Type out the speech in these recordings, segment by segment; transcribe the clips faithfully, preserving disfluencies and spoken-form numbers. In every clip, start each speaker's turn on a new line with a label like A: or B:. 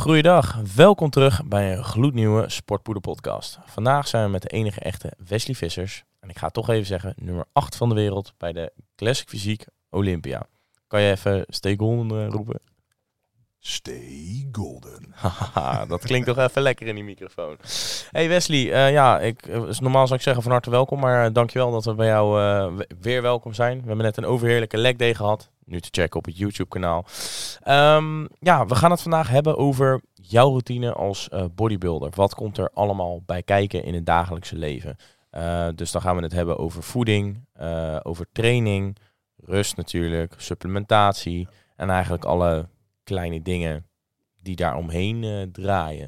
A: Goeiedag, welkom terug bij een gloednieuwe Sportpoeder podcast. Vandaag zijn we met de enige echte Wesley Vissers. En ik ga toch even zeggen, nummer acht van de wereld bij de Classic Fysiek Olympia. Kan je even Stay Golden uh, roepen?
B: Stay golden.
A: Haha, dat klinkt toch even lekker in die microfoon. Hey Wesley, uh, ja, ik, uh, normaal zou ik zeggen van harte welkom, maar uh, dankjewel dat we bij jou uh, weer welkom zijn. We hebben net een overheerlijke leg day gehad, nu te checken op het YouTube kanaal. Um, ja, we gaan het vandaag hebben over jouw routine als uh, bodybuilder. Wat komt er allemaal bij kijken in het dagelijkse leven? Uh, dus dan gaan we het hebben over voeding, uh, over training, rust natuurlijk, supplementatie en eigenlijk alle kleine dingen die daar omheen uh, draaien.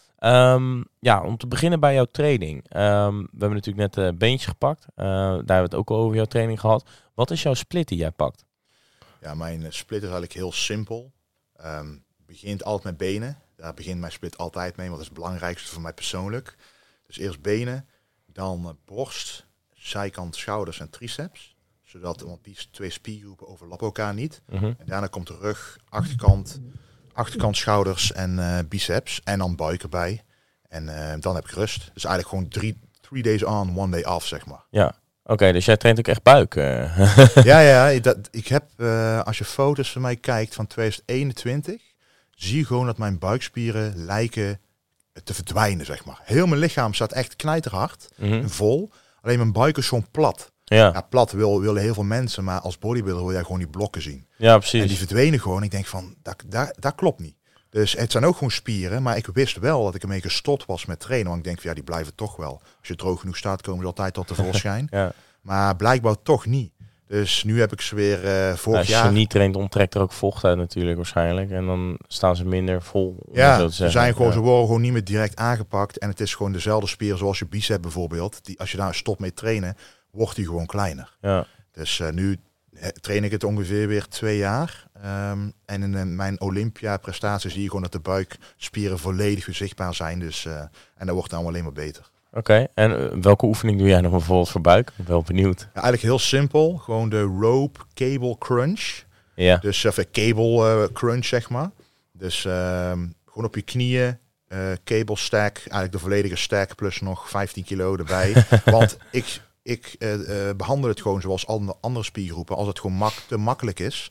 A: Um, ja, om te beginnen bij jouw training. Um, we hebben natuurlijk net uh, beentje gepakt. Uh, daar hebben we het ook al over jouw training gehad. Wat is jouw split die jij pakt?
B: Ja, mijn uh, split is eigenlijk heel simpel. Um, begint altijd met benen. Daar begint mijn split altijd mee, want dat is het belangrijkste voor mij persoonlijk. Dus eerst benen, dan uh, borst, zijkant schouders en triceps. Zodat, want die twee spiergroepen overlappen elkaar niet.
A: Mm-hmm.
B: En daarna komt de rug, achterkant, achterkant schouders en uh, biceps. En dan buik erbij. En uh, dan heb ik rust. Dus eigenlijk gewoon drie, three days on, one day off, zeg maar.
A: Ja, oké. Okay, dus jij traint ook echt buik? Uh.
B: ja, ja. Dat, ik heb, uh, als je foto's van mij kijkt van twintig eenentwintig, zie je gewoon dat mijn buikspieren lijken te verdwijnen, zeg maar. Heel mijn lichaam staat echt knijterhard, mm-hmm. vol. Alleen mijn buik is gewoon plat.
A: Ja.
B: ja, plat wil, willen heel veel mensen, maar als bodybuilder wil jij gewoon die blokken zien.
A: Ja, precies.
B: En die verdwenen gewoon. Ik denk van, dat, dat, dat klopt niet. Dus het zijn ook gewoon spieren, maar ik wist wel dat ik ermee gestopt was met trainen. Want ik denk van, ja, die blijven toch wel. Als je droog genoeg staat, komen ze altijd tot tevoorschijn.
A: Ja. Maar
B: blijkbaar toch niet. Dus nu heb ik ze weer uh, vorig
A: als
B: jaar...
A: Als je niet traint, onttrekt er ook vocht uit natuurlijk waarschijnlijk. En dan staan ze minder vol.
B: Ja,
A: zo te
B: ze, zijn gewoon,
A: ja.
B: ze worden gewoon niet meer direct aangepakt. En het is gewoon dezelfde spier zoals je bicep bijvoorbeeld. Die, als je daar stopt mee trainen, wordt die gewoon kleiner.
A: Ja.
B: Dus uh, nu train ik het ongeveer weer twee jaar. Um, en in uh, mijn Olympia-prestaties zie je gewoon dat de buikspieren volledig weer zichtbaar zijn. Dus, uh, en dat wordt dan alleen maar beter.
A: Oké, okay. En uh, welke oefening doe jij nog bijvoorbeeld voor buik? Ik ben wel benieuwd.
B: Ja, eigenlijk heel simpel. Gewoon de rope cable crunch.
A: Ja.
B: Dus even cable uh, crunch, zeg maar. Dus uh, gewoon op je knieën. Uh, cable stack. Eigenlijk de volledige stack plus nog vijftien kilo erbij. Want ik... Ik uh, uh, behandel het gewoon zoals alle andere spiergroepen. Als het gewoon mak- te makkelijk is,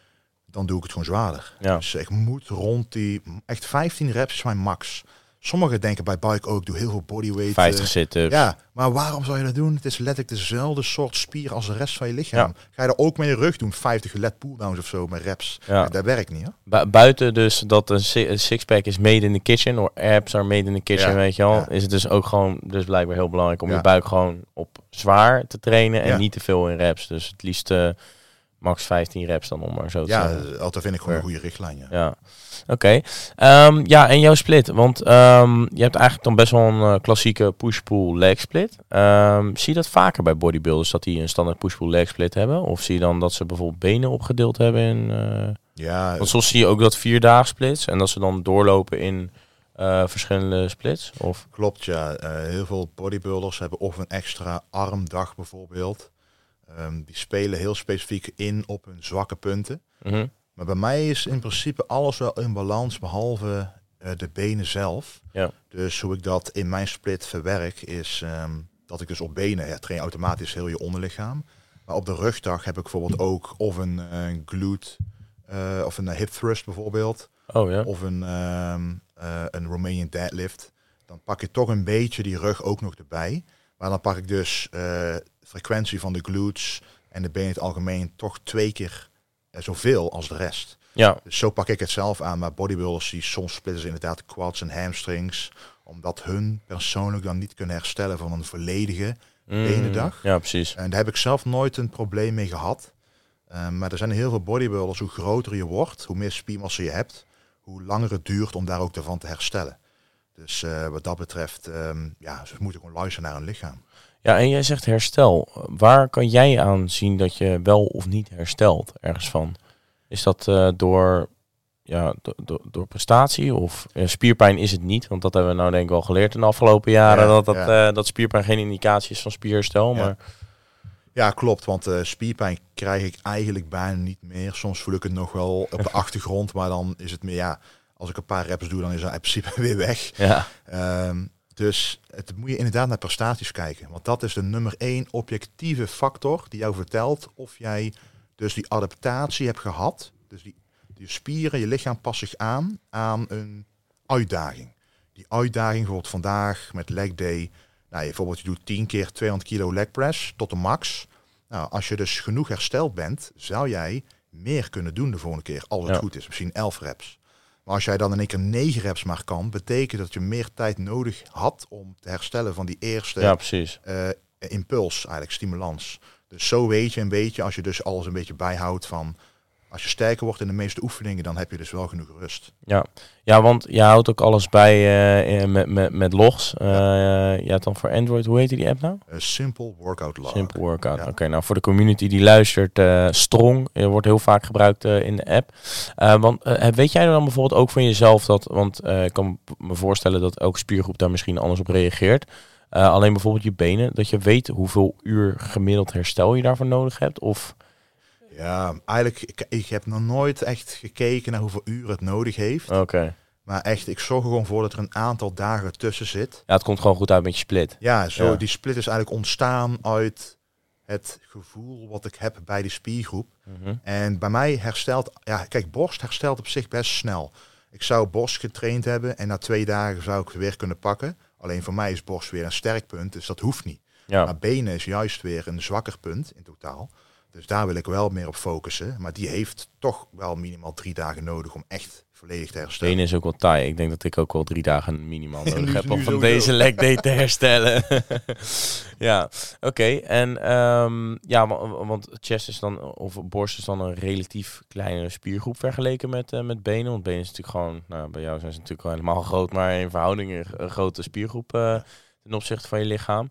B: dan doe ik het gewoon zwaarder. Ja. Dus ik moet rond die... Echt vijftien reps is mijn max. Sommigen denken bij buik ook, ik doe heel veel bodyweight.
A: vijftig sit-ups.
B: Ja, maar waarom zou je dat doen? Het is letterlijk dezelfde soort spier als de rest van je lichaam. Ja. Ga je er ook met je rug doen, vijftig lat pull-downs of zo met reps. Ja. Dat werkt niet, hè?
A: Bu- buiten dus dat een sixpack is made in the kitchen, of abs are made in the kitchen, ja. weet je wel. Ja. Is het dus ook gewoon, dus blijkbaar heel belangrijk om ja. je buik gewoon op zwaar te trainen en ja. niet te veel in reps. Dus het liefst uh, max vijftien reps dan om maar zo te
B: ja,
A: zeggen.
B: Ja, altijd vind ik gewoon ja. een goede richtlijn. Ja.
A: ja. Oké, okay. um, ja, en jouw split, want um, je hebt eigenlijk dan best wel een uh, klassieke push-pull leg split. Um, zie je dat vaker bij bodybuilders, dat die een standaard push-pull leg split hebben? Of zie je dan dat ze bijvoorbeeld benen opgedeeld hebben in... Uh,
B: ja.
A: Want soms zie je ook dat vierdaag splits en dat ze dan doorlopen in uh, verschillende splits? Of?
B: Klopt, ja. Uh, heel veel bodybuilders hebben of een extra armdag bijvoorbeeld. Um, die spelen heel specifiek in op hun zwakke punten.
A: Mm-hmm.
B: Maar bij mij is in principe alles wel in balans, behalve uh, de benen zelf.
A: Ja.
B: Dus hoe ik dat in mijn split verwerk, is um, dat ik dus op benen ja, train automatisch heel je onderlichaam. Maar op de rugdag heb ik bijvoorbeeld ook of een uh, glute, uh, of een hip thrust bijvoorbeeld.
A: Oh, ja.
B: Of een, um, uh, een Romanian deadlift. Dan pak je toch een beetje die rug ook nog erbij. Maar dan pak ik dus uh, frequentie van de glutes en de benen in het algemeen toch twee keer zoveel als de rest.
A: Ja.
B: Dus zo pak ik het zelf aan. Maar bodybuilders die soms splitten ze inderdaad quads en hamstrings, omdat hun persoonlijk dan niet kunnen herstellen van een volledige mm, benendag.
A: Ja, precies.
B: En daar heb ik zelf nooit een probleem mee gehad. Uh, maar er zijn heel veel bodybuilders, hoe groter je wordt, hoe meer spiermassa je hebt, hoe langer het duurt om daar ook ervan te herstellen. Dus uh, wat dat betreft, um, ja, ze moeten gewoon luisteren naar hun lichaam.
A: Ja, en jij zegt herstel. Waar kan jij aan zien dat je wel of niet herstelt ergens van? Is dat uh, door, ja, do, do, door prestatie of uh, spierpijn is het niet? Want dat hebben we nou denk ik wel geleerd in de afgelopen jaren. Ja, dat, dat, ja. uh, dat spierpijn geen indicatie is van spierherstel.
B: Ja.
A: Maar...
B: ja, klopt. Want uh, spierpijn krijg ik eigenlijk bijna niet meer. Soms voel ik het nog wel op de achtergrond. Maar dan is het meer, ja, als ik een paar reps doe, dan is dat in principe weer weg.
A: Ja.
B: Um, dus het moet je inderdaad naar prestaties kijken. Want dat is de nummer één objectieve factor die jou vertelt of jij dus die adaptatie hebt gehad. Dus die, die spieren, je lichaam past zich aan aan een uitdaging. Die uitdaging bijvoorbeeld vandaag met leg day. Nou, bijvoorbeeld je doet tien keer tweehonderd kilo leg press tot de max. Nou, als je dus genoeg hersteld bent, zou jij meer kunnen doen de volgende keer, als het ja. goed is. Misschien elf reps. Maar als jij dan in één keer negen reps maar kan, betekent dat je meer tijd nodig had om te herstellen van die eerste
A: ja, precies.
B: Uh, impuls, eigenlijk stimulans. Dus zo weet je een beetje, als je dus alles een beetje bijhoudt van, als je sterker wordt in de meeste oefeningen, dan heb je dus wel genoeg rust.
A: Ja, ja, want je houdt ook alles bij uh, met, met, met logs. Uh, ja. Je hebt dan voor Android, hoe heet die app nou?
B: Uh, Simple Workout Log.
A: Simple Workout, ja. Oké. Okay, nou voor de community die luistert, uh, Strong uh, wordt heel vaak gebruikt uh, in de app. Uh, want uh, weet jij dan bijvoorbeeld ook van jezelf dat, want uh, ik kan me voorstellen dat elke spiergroep daar misschien anders op reageert. Uh, alleen bijvoorbeeld je benen, dat je weet hoeveel uur gemiddeld herstel je daarvoor nodig hebt, of...
B: Ja, eigenlijk, ik, ik heb nog nooit echt gekeken naar hoeveel uren het nodig heeft.
A: Oké. Okay.
B: Maar echt, ik zorg er gewoon voor dat er een aantal dagen tussen zit.
A: Ja, het komt gewoon goed uit met je split.
B: Ja, zo, ja. Die split is eigenlijk ontstaan uit het gevoel wat ik heb bij die spiergroep. Mm-hmm. En bij mij herstelt, ja, kijk, borst herstelt op zich best snel. Ik zou borst getraind hebben en na twee dagen zou ik het weer kunnen pakken. Alleen voor mij is borst weer een sterk punt, dus dat hoeft niet. Ja. Maar benen is juist weer een zwakker punt in totaal. Dus daar wil ik wel meer op focussen. Maar die heeft toch wel minimaal drie dagen nodig om echt volledig te herstellen.
A: Benen is ook wel taai. Ik denk dat ik ook wel drie dagen minimaal nodig nu, heb om van deze leg day te herstellen. Ja, oké. Okay. En um, ja, want chest is dan, of borst is dan een relatief kleinere spiergroep vergeleken met, uh, met benen. Want benen is natuurlijk gewoon, nou, bij jou zijn ze natuurlijk wel helemaal groot, maar in verhouding een grote spiergroep uh, ten opzichte van je lichaam.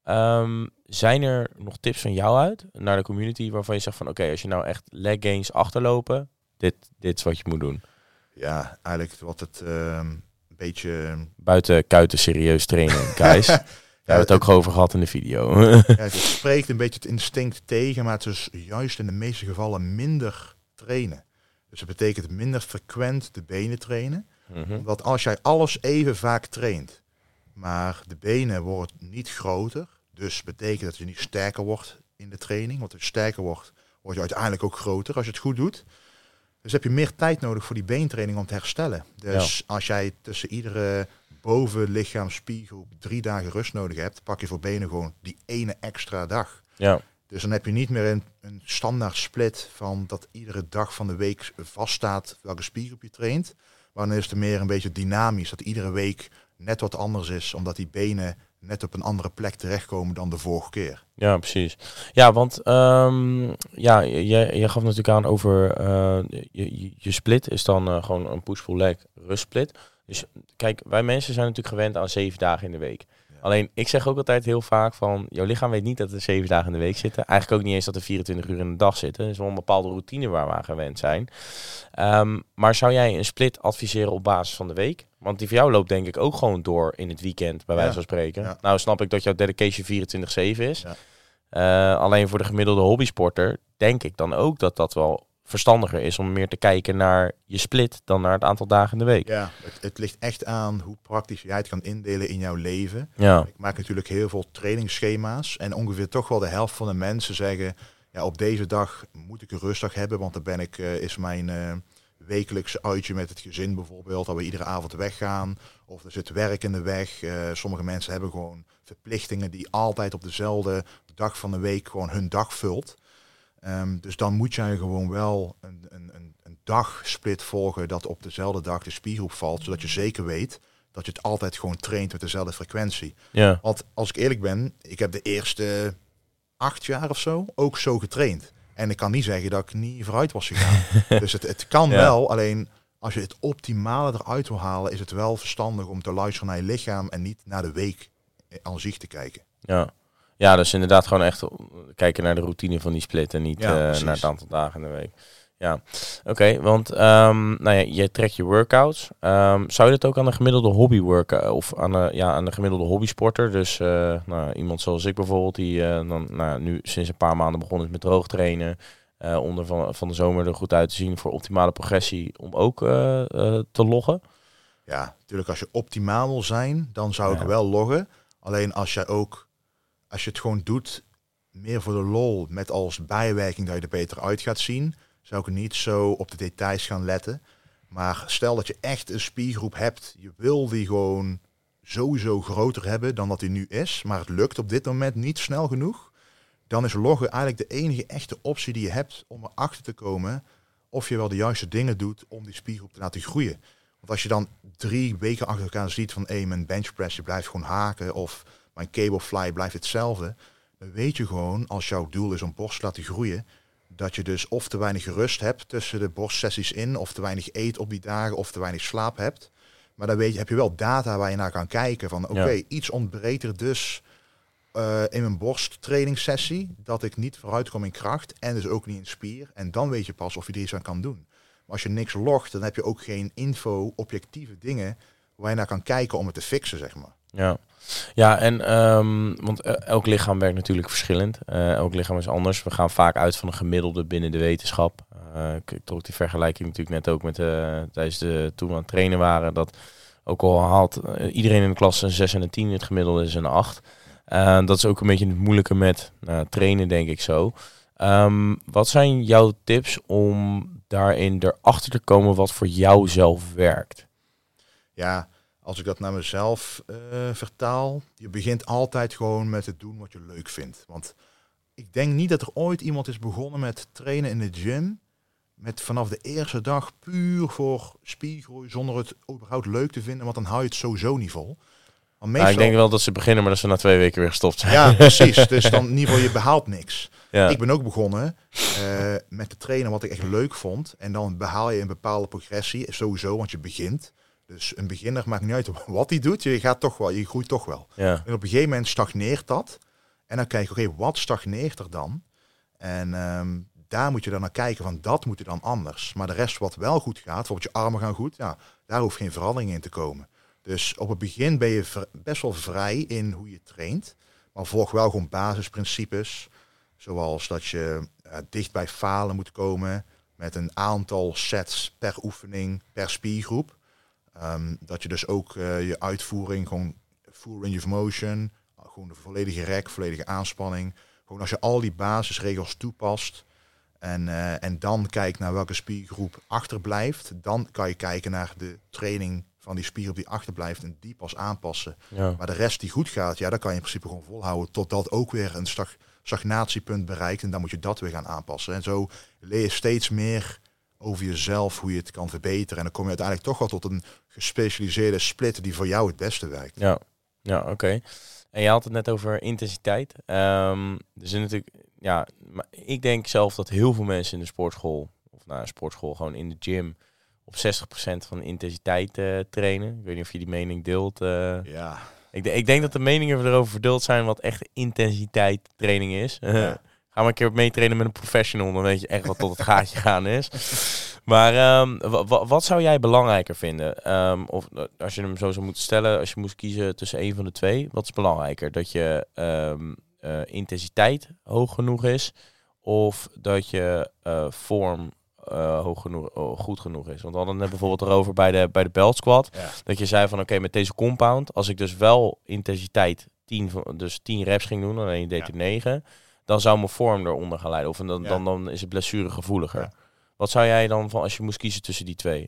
A: Um, zijn er nog tips van jou uit naar de community waarvan je zegt van oké, okay, als je nou echt leg gains achterlopen, dit, dit is wat je moet doen?
B: Ja, eigenlijk wat het uh, een beetje...
A: Buiten kuiten serieus trainen, guys. Daar ja, hebben we het ook over gehad in de video.
B: Ja, het spreekt een beetje het instinct tegen, maar het is juist in de meeste gevallen minder trainen. Dus het betekent minder frequent de benen trainen. Mm-hmm. Omdat als jij alles even vaak traint, maar de benen worden niet groter, dus betekent dat je niet sterker wordt in de training. Want als je sterker wordt, word je uiteindelijk ook groter als je het goed doet. Dus heb je meer tijd nodig voor die beentraining om te herstellen. Dus ja. als jij tussen iedere bovenlichaamsspiergroep drie dagen rust nodig hebt, pak je voor benen gewoon die ene extra dag.
A: Ja.
B: Dus dan heb je niet meer een, een standaard split van dat iedere dag van de week vaststaat welke spiergroep je traint. Maar dan is het meer een beetje dynamisch, dat iedere week net wat anders is, omdat die benen net op een andere plek terechtkomen dan de vorige keer.
A: Ja, precies. Ja, want um, ja, je, je gaf natuurlijk aan over uh, je, je split is dan uh, gewoon een push-pull leg rust split. Dus kijk, wij mensen zijn natuurlijk gewend aan zeven dagen in de week. Ja. Alleen, ik zeg ook altijd heel vaak van, jouw lichaam weet niet dat er zeven dagen in de week zitten. Eigenlijk ook niet eens dat er vierentwintig uur in de dag zitten. Dat is wel een bepaalde routine waar we aan gewend zijn. Um, maar zou jij een split adviseren op basis van de week? Want die voor jou loopt denk ik ook gewoon door in het weekend, bij wijze ja. van spreken. Ja. Nou snap ik dat jouw dedication vierentwintig zeven is. Ja. Uh, alleen voor de gemiddelde hobbysporter denk ik dan ook dat dat wel verstandiger is om meer te kijken naar je split dan naar het aantal dagen in de week.
B: Ja, het, het ligt echt aan hoe praktisch jij het kan indelen in jouw leven.
A: Ja.
B: Ik maak natuurlijk heel veel trainingsschema's en ongeveer toch wel de helft van de mensen zeggen, ja, op deze dag moet ik een rustdag hebben, want dan ben ik, uh, is mijn uh, wekelijkse uitje met het gezin bijvoorbeeld, dat we iedere avond weggaan, of er zit werk in de weg. Uh, sommige mensen hebben gewoon verplichtingen die altijd op dezelfde dag van de week gewoon hun dag vult. Um, dus dan moet jij gewoon wel een, een, een, een dagsplit volgen dat op dezelfde dag de spiergroep valt, zodat je zeker weet dat je het altijd gewoon traint met dezelfde frequentie.
A: Ja.
B: Want als ik eerlijk ben, ik heb de eerste acht jaar of zo ook zo getraind. En ik kan niet zeggen dat ik niet vooruit was gegaan. Dus het, het kan ja. wel, alleen als je het optimale eruit wil halen, is het wel verstandig om te luisteren naar je lichaam en niet naar de week aan zich te kijken.
A: Ja. Ja, dus inderdaad gewoon echt kijken naar de routine van die split en niet
B: ja,
A: uh, naar het aantal dagen in de week. Ja, oké, okay, want um, nou ja, je trekt je workouts. Um, zou je dat ook aan een gemiddelde hobby worken of aan een, ja, aan een gemiddelde hobbysporter? Dus uh, nou, iemand zoals ik bijvoorbeeld, die uh, dan, nou, nu sinds een paar maanden begonnen is met droog trainen, uh, om er van, van de zomer er goed uit te zien voor optimale progressie, om ook uh, uh, te loggen?
B: Ja, natuurlijk als je optimaal wil zijn, dan zou ik
A: Ja.
B: wel loggen. Alleen als je ook, als je het gewoon doet, meer voor de lol, met als bijwerking dat je er beter uit gaat zien, zou ik niet zo op de details gaan letten. Maar stel dat je echt een spiergroep hebt, je wil die gewoon sowieso groter hebben dan dat die nu is, maar het lukt op dit moment niet snel genoeg, dan is loggen eigenlijk de enige echte optie die je hebt om erachter te komen of je wel de juiste dingen doet om die spiergroep te laten groeien. Want als je dan drie weken achter elkaar ziet van hey, mijn benchpress die blijft gewoon haken of mijn cablefly blijft hetzelfde, dan weet je gewoon, als jouw doel is om borst te laten groeien, dat je dus of te weinig rust hebt tussen de borstsessies in, of te weinig eet op die dagen, of te weinig slaap hebt. Maar dan weet je, heb je wel data waar je naar kan kijken van oké, okay, ja. iets ontbreekt er dus uh, in mijn borsttrainingssessie, dat ik niet vooruit kom in kracht en dus ook niet in spier. En dan weet je pas of je er iets aan kan doen. Maar als je niks logt, dan heb je ook geen info, objectieve dingen waar je naar kan kijken om het te fixen, zeg maar.
A: Ja, ja en um, want elk lichaam werkt natuurlijk verschillend. Uh, elk lichaam is anders. We gaan vaak uit van een gemiddelde binnen de wetenschap. Uh, ik trok die vergelijking natuurlijk net ook met uh, tijdens de toen we aan het trainen waren. Dat ook al haalt uh, iedereen in de klas een zes en een tien, het gemiddelde is een acht. Uh, dat is ook een beetje het moeilijke met uh, trainen, denk ik zo. Um, wat zijn jouw tips om daarin erachter te komen wat voor jou zelf werkt?
B: Ja, als ik dat naar mezelf uh, vertaal, je begint altijd gewoon met het doen wat je leuk vindt. Want ik denk niet dat er ooit iemand is begonnen met trainen in de gym, met vanaf de eerste dag puur voor spiergroei, zonder het überhaupt leuk te vinden, want dan hou je het sowieso niet vol.
A: Meestal... Ja, ik denk wel dat ze beginnen, maar dat ze na twee weken weer gestopt zijn.
B: Ja, precies. Dus dan in ieder geval, je behaalt niks.
A: Ja.
B: Ik ben ook begonnen uh, met te trainen wat ik echt leuk vond. En dan behaal je een bepaalde progressie, sowieso, want je begint. Dus een beginner maakt niet uit wat hij doet. Je gaat toch wel, je groeit toch wel.
A: Ja.
B: En op een gegeven moment stagneert dat. En dan kijk je, oké, okay, wat stagneert er dan? En um, daar moet je dan naar kijken, van dat moet je dan anders. Maar de rest wat wel goed gaat, bijvoorbeeld je armen gaan goed, ja, daar hoeft geen verandering in te komen. Dus op het begin ben je best wel vrij in hoe je traint. Maar volg wel gewoon basisprincipes. Zoals dat je uh, dicht bij falen moet komen. Met een aantal sets per oefening, per spiergroep. Um, dat je dus ook uh, je uitvoering, gewoon full range of motion. Gewoon de volledige rek, volledige aanspanning. Gewoon als je al die basisregels toepast. En, uh, en dan kijkt naar welke spiergroep achterblijft. Dan kan je kijken naar de training van die spier op die achterblijft en die pas aanpassen.
A: Ja.
B: Maar de rest die goed gaat, ja, dan kan je in principe gewoon volhouden tot dat ook weer een stag- stagnatiepunt bereikt en dan moet je dat weer gaan aanpassen. En zo leer je steeds meer over jezelf, hoe je het kan verbeteren. En dan kom je uiteindelijk toch wel tot een gespecialiseerde split die voor jou het beste werkt.
A: Ja, ja, oké. Okay. En je had het net over intensiteit. Um, er zijn natuurlijk, ja, maar ik denk zelf dat heel veel mensen in de sportschool, of nou, sportschool gewoon in de gym, op zestig procent van intensiteit uh, trainen. Ik weet niet of je die mening deelt. Uh,
B: ja.
A: Ik, de, ik denk dat de meningen erover verdeeld zijn wat echt intensiteit training is. Ja. Ga maar een keer meetrainen met een professional, dan weet je echt wat tot het gaatje gaan is. Maar um, w- w- wat zou jij belangrijker vinden? Um, of als je hem zo zou moeten stellen, als je moest kiezen tussen één van de twee, wat is belangrijker? Dat je um, uh, intensiteit hoog genoeg is of dat je uh, vorm Uh, hoog genoeg, uh, goed genoeg is. Want we hadden het net bijvoorbeeld erover bij de, bij de belt squat.
B: Ja.
A: Dat je zei van oké, okay, met deze compound, als ik dus wel intensiteit tien, dus tien reps ging doen, alleen je deed er negen, dan zou mijn vorm eronder gaan leiden. Of dan, ja. dan, dan is het blessuregevoeliger. Ja. Wat zou jij dan van als je moest kiezen tussen die twee?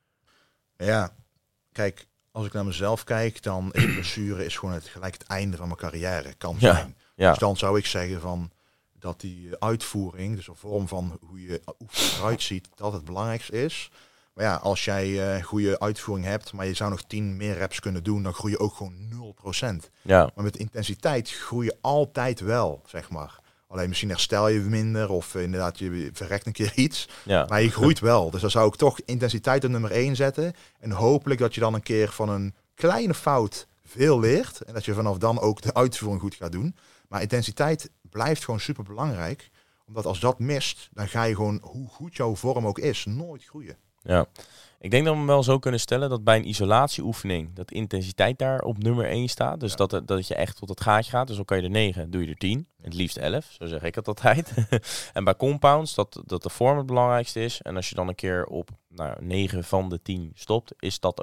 B: Ja, kijk, als ik naar mezelf kijk, dan is blessure is gewoon het, gelijk het einde van mijn carrière. Kan
A: ja.
B: zijn.
A: Ja.
B: Dus dan zou ik zeggen van dat die uitvoering, dus een vorm van hoe je oefening eruit ziet, dat het belangrijkste is. Maar ja, als jij uh, goede uitvoering hebt, maar je zou nog tien meer reps kunnen doen, dan groei je ook gewoon nul procent.
A: Ja.
B: Maar met intensiteit groei je altijd wel, zeg maar. Alleen misschien herstel je minder of uh, inderdaad je verrekt een keer iets.
A: Ja.
B: Maar je groeit wel. Dus dan zou ik toch intensiteit op nummer één zetten. En hopelijk dat je dan een keer van een kleine fout veel leert. En dat je vanaf dan ook de uitvoering goed gaat doen. Maar intensiteit blijft gewoon super belangrijk. Omdat als dat mist, dan ga je gewoon, hoe goed jouw vorm ook is, nooit groeien.
A: Ja, ik denk dat we hem wel zo kunnen stellen dat bij een isolatieoefening dat intensiteit daar op nummer één staat. Dus ja. dat, dat je echt tot het gaatje gaat. Dus dan kan je er negen, doe je er tien. Het liefst elf, zo zeg ik het altijd. En bij compounds, dat, dat de vorm het belangrijkste is. En als je dan een keer op nou, negen van de tien stopt, is dat oké. Okay.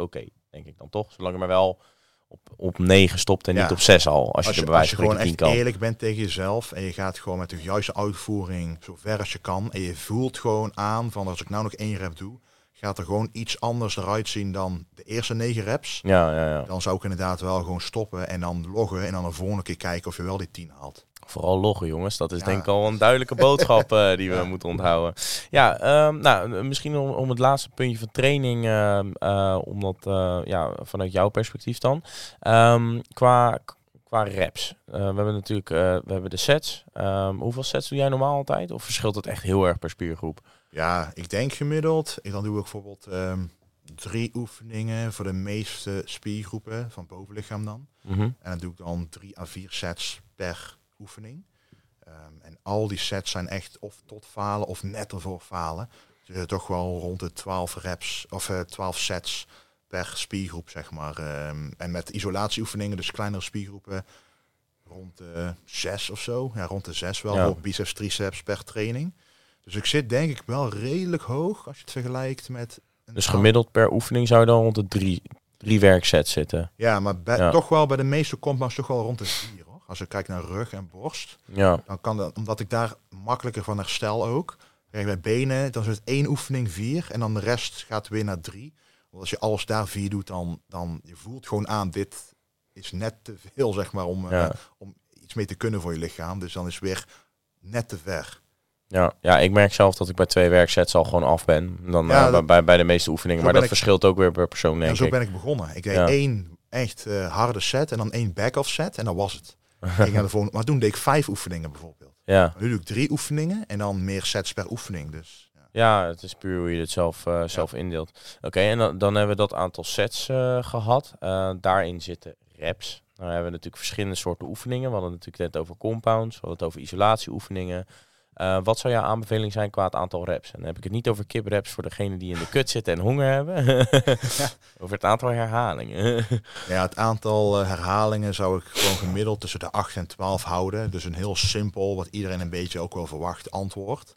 A: denk ik dan toch. Zolang je maar wel op, op negen stopt en
B: Ja.
A: niet op zes al. Als,
B: Als
A: je
B: je,
A: er bij
B: als
A: wijze
B: je
A: van
B: gewoon
A: spreken
B: echt
A: tien kan.
B: eerlijk bent tegen jezelf en je gaat gewoon met de juiste uitvoering zo ver als je kan en je voelt gewoon aan van als ik nou nog één rep doe, gaat er gewoon iets anders eruit zien dan de eerste negen reps.
A: Ja, ja, ja.
B: Dan zou ik inderdaad wel gewoon stoppen en dan loggen en dan de volgende keer kijken of je wel die tien haalt.
A: Vooral loggen, jongens. Dat is
B: Ja.
A: denk ik al een duidelijke boodschap uh, die we
B: Ja.
A: moeten onthouden. Ja, um, nou, misschien om, om het laatste puntje van training, uh, uh, omdat uh, ja, vanuit jouw perspectief dan. Um, qua, qua reps. Uh, we hebben natuurlijk uh, we hebben de sets. Um, hoeveel sets doe jij normaal altijd? Of verschilt het echt heel erg per spiergroep?
B: Ja, ik denk gemiddeld. Ik dan doe ik bijvoorbeeld um, drie oefeningen voor de meeste spiergroepen van bovenlichaam dan.
A: Mm-hmm.
B: En dan doe ik dan drie à vier sets per oefening. Um, en al die sets zijn echt of tot falen of net ervoor falen. Dus uh, toch wel rond de twaalf reps of uh, twaalf sets per spiergroep, zeg maar. Um, en met isolatieoefeningen, dus kleinere spiergroepen, rond de zes of zo. Ja, rond de zes wel,
A: Ja.
B: voor biceps, triceps per training. Dus ik zit denk ik wel redelijk hoog als je het vergelijkt met... Een
A: Dus gemiddeld per oefening zou je dan rond de drie, drie werksets zitten.
B: Ja, maar bij,
A: Ja.
B: toch wel bij de meeste compounds toch wel rond de vier, hoor. Als ik kijk naar rug en borst,
A: Ja,
B: dan kan dat, omdat ik daar makkelijker van herstel ook. Kijk, bij benen, dan is het één oefening vier en dan de rest gaat weer naar drie. Want als je alles daar vier doet, dan, dan je voelt gewoon aan, dit is net te veel, zeg maar, om,
A: Ja.
B: uh, om iets mee te kunnen voor je lichaam. Dus dan is het weer net te ver.
A: ja, ja, ik merk zelf dat ik bij twee werksets al gewoon af ben. Dan
B: Ja,
A: uh,
B: dat-
A: bij, bij de meeste oefeningen.
B: Zo
A: Maar
B: ben
A: dat
B: ik-
A: verschilt ook weer per persoon, denk
B: En zo
A: ik.
B: ben ik begonnen. Ik deed
A: Ja.
B: één echt uh, harde set en dan één back-off set en dat was het. Ik ging naar de volgende, maar toen deed ik vijf oefeningen bijvoorbeeld.
A: Ja.
B: Maar nu doe ik drie oefeningen en dan meer sets per oefening. Dus ja.
A: Ja, het is puur hoe je het zelf, uh, zelf indeelt. Oké, okay, en dan, dan hebben we dat aantal sets uh, gehad. Uh, daarin zitten reps. Nou hebben we natuurlijk verschillende soorten oefeningen. We hadden het natuurlijk net over compounds. We hadden het over isolatieoefeningen. Uh, wat zou jouw aanbeveling zijn qua het aantal reps? En dan heb ik het niet over kipreps voor degene die in de kut zitten en honger hebben.
B: Ja.
A: Over het aantal herhalingen.
B: Ja, het aantal uh, herhalingen zou ik gewoon gemiddeld tussen de acht en twaalf houden. Dus een heel simpel, wat iedereen een beetje ook wel verwacht, antwoord.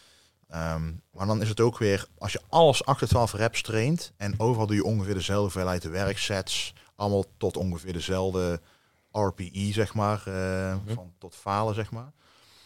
B: Um, maar dan is het ook weer, als je alles acht tot twaalf reps traint en overal doe je ongeveer dezelfde hoeveelheid de werksets, allemaal tot ongeveer dezelfde R P E, zeg maar, uh, mm-hmm. van tot falen, zeg maar.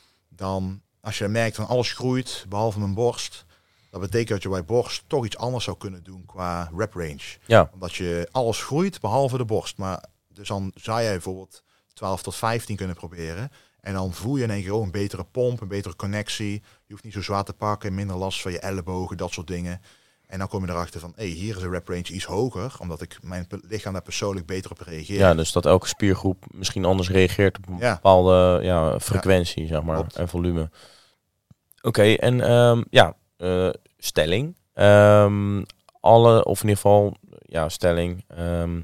B: Dan, als je merkt van alles groeit, behalve mijn borst, dat betekent dat je bij borst toch iets anders zou kunnen doen qua rep range.
A: Ja.
B: Omdat je alles groeit, behalve de borst. Maar dus dan zou jij bijvoorbeeld twaalf tot vijftien kunnen proberen. En dan voel je in één keer ook een betere pomp, een betere connectie. Je hoeft niet zo zwaar te pakken, minder last van je ellebogen, dat soort dingen. En dan kom je erachter van, hé, hey, hier is de rep range iets hoger, omdat ik mijn lichaam daar persoonlijk beter op reageer.
A: Ja, dus dat elke spiergroep misschien anders reageert op een
B: Ja.
A: bepaalde ja, frequentie,
B: Ja,
A: zeg maar,
B: klopt.
A: en volume. Oké, okay, en um, ja, uh, stelling. Um, alle, of in ieder geval, ja, stelling. Um,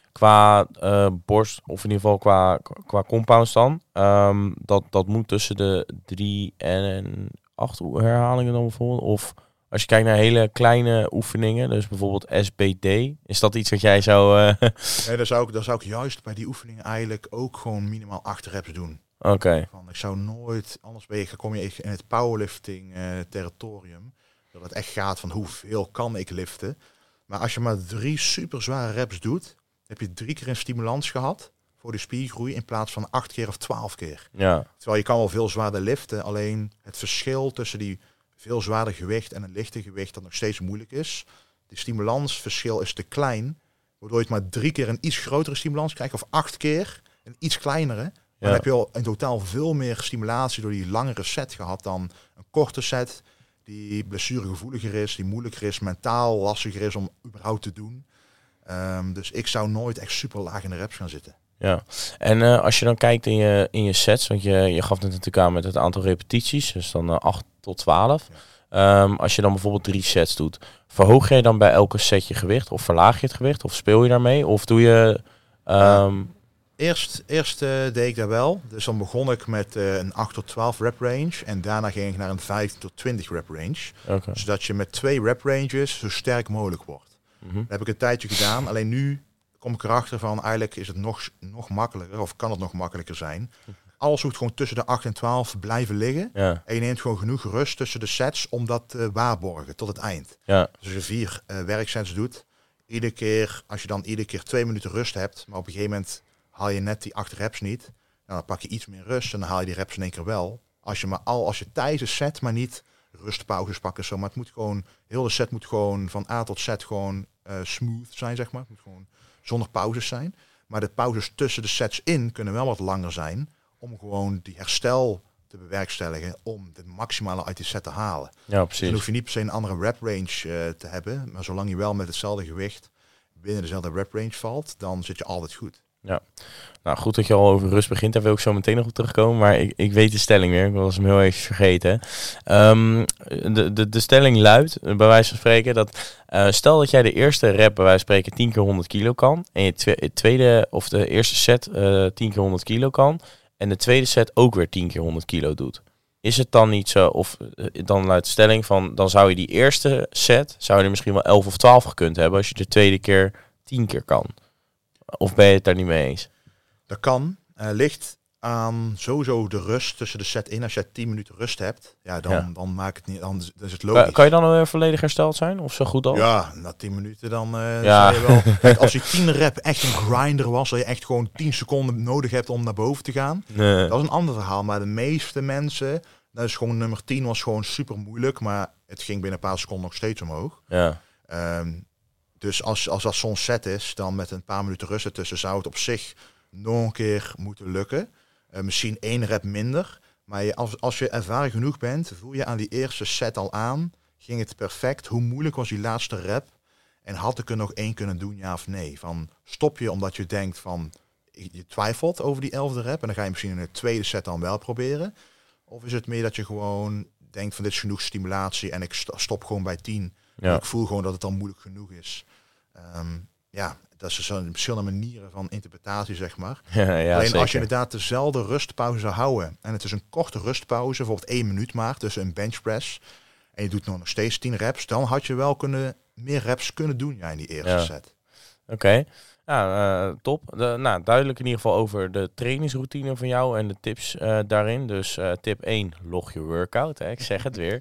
A: qua uh, borst, of in ieder geval qua, qua compounds dan. Um, dat, dat moet tussen de drie en acht herhalingen dan bijvoorbeeld. Of als je kijkt naar hele kleine oefeningen, dus bijvoorbeeld S B D. Is dat iets wat jij zou... Uh...
B: Nee, dan zou, ik, dan zou ik juist bij die oefeningen eigenlijk ook gewoon minimaal acht reps doen.
A: Oké. Okay.
B: Ik zou nooit, anders ben je, kom je in het powerlifting uh, territorium. Dat het echt gaat van hoeveel kan ik liften. Maar als je maar drie super zware reps doet, heb je drie keer een stimulans gehad voor de spiergroei in plaats van acht keer of twaalf keer.
A: Ja.
B: Terwijl je kan wel veel zwaarder liften, alleen het verschil tussen die veel zwaarder gewicht en een lichte gewicht dat nog steeds moeilijk is. De stimulansverschil is te klein, waardoor je het maar drie keer een iets grotere stimulans krijgt of acht keer een iets kleinere. Dan
A: Ja.
B: heb je al in totaal veel meer stimulatie door die langere set gehad dan een korte set die blessuregevoeliger is, die moeilijker is, mentaal lastiger is om überhaupt te doen. Um, dus ik zou nooit echt super laag in de reps gaan zitten.
A: Ja, en uh, als je dan kijkt in je, in je sets, want je, je gaf het natuurlijk aan met het aantal repetities, dus dan uh, acht tot twaalf. Ja. Um, als je dan bijvoorbeeld drie sets doet, verhoog je dan bij elke set je gewicht of verlaag je het gewicht of speel je daarmee? Of doe je... Um...
B: Uh, eerst eerst uh, deed ik dat wel, dus dan begon ik met uh, een acht tot twaalf rep range en daarna ging ik naar een vijftien tot twintig rep range.
A: Okay.
B: Zodat je met twee rep ranges zo sterk mogelijk wordt. Mm-hmm. Dat heb ik een tijdje gedaan, alleen nu kom ik erachter van eigenlijk is het nog, nog makkelijker of kan het nog makkelijker zijn. Alles hoeft gewoon tussen de acht en twaalf blijven liggen.
A: Ja.
B: En je neemt gewoon genoeg rust tussen de sets om dat te uh, waarborgen tot het eind.
A: Ja.
B: Dus als je vier uh, werksets doet, iedere keer, als je dan iedere keer twee minuten rust hebt, maar op een gegeven moment haal je net die acht reps niet, nou, dan pak je iets meer rust en dan haal je die reps in één keer wel. Als je maar al, als je tijdens een set maar niet rustpauzes pakken, zo, maar het moet gewoon, heel de set moet gewoon van A tot Z gewoon uh, smooth zijn, zeg maar. Het moet gewoon zonder pauzes zijn. Maar de pauzes tussen de sets in kunnen wel wat langer zijn, om gewoon die herstel te bewerkstelligen, om het maximale uit die set te halen.
A: Ja, precies.
B: Dus dan hoef je niet per se een andere rep range uh, te hebben, maar zolang je wel met hetzelfde gewicht binnen dezelfde rep range valt, dan zit je altijd goed.
A: Ja, nou goed dat je al over rust begint. Daar wil ik zo meteen nog op terugkomen. Maar ik, ik weet de stelling weer. Ik was hem heel even vergeten. Um, de, de, de stelling luidt, bij wijze van spreken, dat uh, stel dat jij de eerste rep bij wijze van spreken tien keer honderd kilo kan. En je twe- tweede of de eerste set uh, tien keer honderd kilo kan. En de tweede set ook weer tien keer honderd kilo doet. Is het dan niet zo, of uh, dan luidt de stelling van, dan zou je die eerste set, zou je er misschien wel elf of twaalf gekund hebben als je de tweede keer tien keer kan. Of ben je het daar niet mee eens?
B: Dat kan. Uh, ligt aan sowieso de rust tussen de set in. Als je tien minuten rust hebt, ja, dan, ja. dan maakt het niet. Dan is het logisch.
A: Kan, kan je dan weer volledig hersteld zijn? Of zo goed al?
B: Ja, na tien minuten dan uh,
A: ja.
B: zou je wel. Kijk, als je tien rep echt een grinder was, dat je echt gewoon tien seconden nodig hebt om naar boven te gaan, nee. Dat is een ander verhaal. Maar de meeste mensen, dat is gewoon nummer tien was gewoon super moeilijk, maar het ging binnen een paar seconden nog steeds omhoog.
A: Ja.
B: Um, dus als, als dat zo'n set is, dan met een paar minuten rust ertussen, zou het op zich nog een keer moeten lukken. Uh, misschien één rep minder. Maar je, als, als je ervaren genoeg bent, voel je aan die eerste set al aan. Ging het perfect? Hoe moeilijk was die laatste rep? En had ik er nog één kunnen doen, ja of nee? Van, stop je omdat je denkt van, je twijfelt over die elfde rep. En dan ga je misschien in de tweede set dan wel proberen. Of is het meer dat je gewoon denkt van, dit is genoeg stimulatie en ik stop gewoon bij tien. Ja. Ik voel gewoon dat het al moeilijk genoeg is. Um, ja, dat is zo'n verschillende manieren van interpretatie, zeg maar.
A: Ja, ja,
B: Alleen
A: zeker.
B: als je inderdaad dezelfde rustpauze zou houden, en het is een korte rustpauze, bijvoorbeeld één minuut maar, tussen een benchpress, en je doet nog steeds tien reps, dan had je wel kunnen, meer reps kunnen doen ja, in die eerste ja. set.
A: Oké. Okay. Ja, uh, top. De, nou, duidelijk in ieder geval over de trainingsroutine van jou en de tips uh, daarin. Dus uh, tip één, log je workout. Hè. Ik zeg het weer.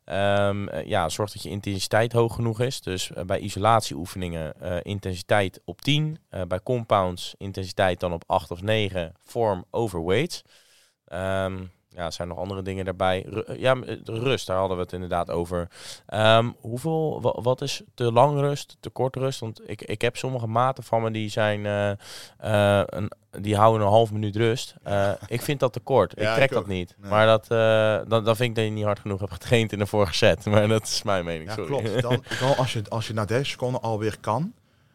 A: Um, uh, ja, zorg dat je intensiteit hoog genoeg is. Dus uh, bij isolatieoefeningen uh, intensiteit op tien. Uh, bij compounds intensiteit dan op acht of negen. Vorm over weights. Um, Ja, er zijn nog andere dingen daarbij. Ru- ja, de rust, daar hadden we het inderdaad over. Um, hoeveel, wa- wat is te lang rust, te kort rust? Want ik, ik heb sommige maten van me die zijn, uh, uh, een, die houden een half minuut rust. Uh, ik vind dat te kort. Ja, ik trek ik dat niet. Nee. Maar dat, uh, dan, dan vind ik dat je niet hard genoeg hebt getraind in de vorige set. Maar dat is mijn mening.
B: Ja,
A: sorry.
B: Klopt. Dan, dan als je, als je na dertig seconden alweer kan.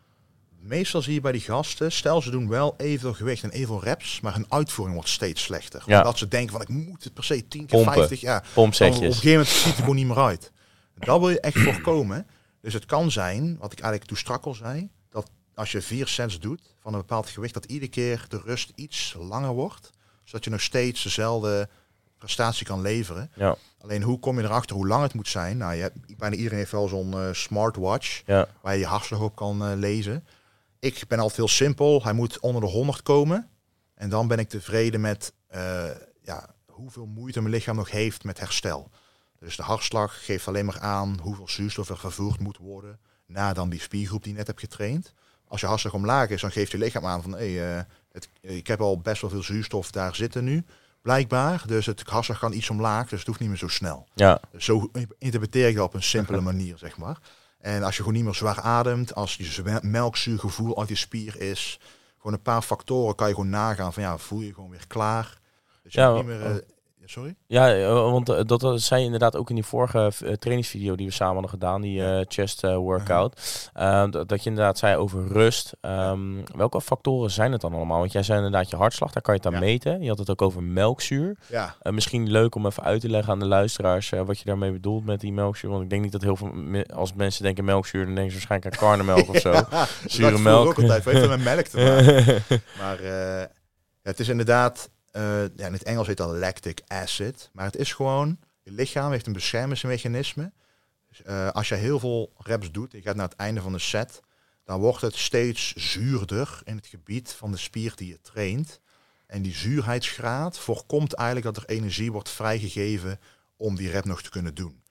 B: Meestal zie je bij die gasten, stel ze doen wel evenveel gewicht en evenveel reps, maar hun uitvoering wordt steeds slechter. Ja. Omdat ze denken van ik moet het per se tien keer vijftig. Ja,
A: pompsetjes.
B: Op een gegeven moment ziet het er gewoon niet meer uit. Dat wil je echt voorkomen. Dus het kan zijn, wat ik eigenlijk toen strak al zei, dat als je vier sets doet van een bepaald gewicht, dat iedere keer de rust iets langer wordt. Zodat je nog steeds dezelfde prestatie kan leveren. Ja. Alleen hoe kom je erachter hoe lang het moet zijn? Nou, je hebt, bijna iedereen heeft wel zo'n uh, smartwatch, ja, waar je je hartslag op kan uh, lezen. Ik ben altijd heel simpel. Hij moet onder de honderd komen. En dan ben ik tevreden met uh, ja, hoeveel moeite mijn lichaam nog heeft met herstel. Dus de hartslag geeft alleen maar aan hoeveel zuurstof er vervoerd moet worden na dan die spiergroep die je net hebt getraind. Als je hartslag omlaag is, dan geeft je lichaam aan van hey, uh, het, ik heb al best wel veel zuurstof daar zitten nu. Blijkbaar. Dus het hartslag kan iets omlaag, dus het hoeft niet meer zo snel. Ja. Dus zo interpreteer ik dat op een simpele manier, zeg maar. En als je gewoon niet meer zwaar ademt, als je melkzuurgevoel uit je spier is, gewoon een paar factoren kan je gewoon nagaan van ja, voel je gewoon weer klaar. Dus je
A: ja,
B: niet meer, uh, sorry?
A: Ja, want uh, dat, dat zei je inderdaad ook in die vorige uh, trainingsvideo die we samen hadden gedaan, die uh, chest uh, workout. Uh, dat, dat je inderdaad zei over rust. Um, welke factoren zijn het dan allemaal? Want jij zei inderdaad je hartslag, daar kan je het aan ja. meten. Je had het ook over melkzuur. Ja. Uh, misschien leuk om even uit te leggen aan de luisteraars uh, wat je daarmee bedoelt met die melkzuur. Want ik denk niet dat heel veel, me- als mensen denken melkzuur, dan denken ze waarschijnlijk aan karnemelk of zo.
B: Ja,
A: zure melk.
B: Ook altijd, heeft er met melk te maken. Maar uh, ja, het is inderdaad... Uh, ja, in het Engels heet dat lactic acid. Maar het is gewoon, je lichaam heeft een beschermingsmechanisme. Dus, uh, als je heel veel reps doet, je gaat naar het einde van de set, dan wordt het steeds zuurder in het gebied van de spier die je traint. En die zuurheidsgraad voorkomt eigenlijk dat er energie wordt vrijgegeven om die rep nog te kunnen doen.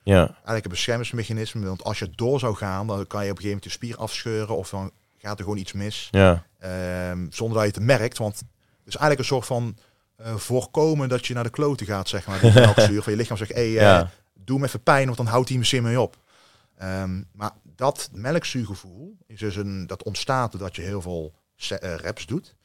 A: Ja.
B: Eigenlijk een beschermingsmechanisme. Want als je door zou gaan, dan kan je op een gegeven moment je spier afscheuren. Of dan gaat er gewoon iets mis.
A: Ja.
B: Um, zonder dat je het merkt. Want het is eigenlijk een soort van uh, voorkomen dat je naar de kloten gaat, zeg maar. Die melkzuur van je lichaam zegt, hey, uh, ja. doe me even pijn, want dan houdt hij misschien mee op. Um, maar dat melkzuurgevoel is dus een, dat ontstaat doordat je heel veel se- uh, reps doet.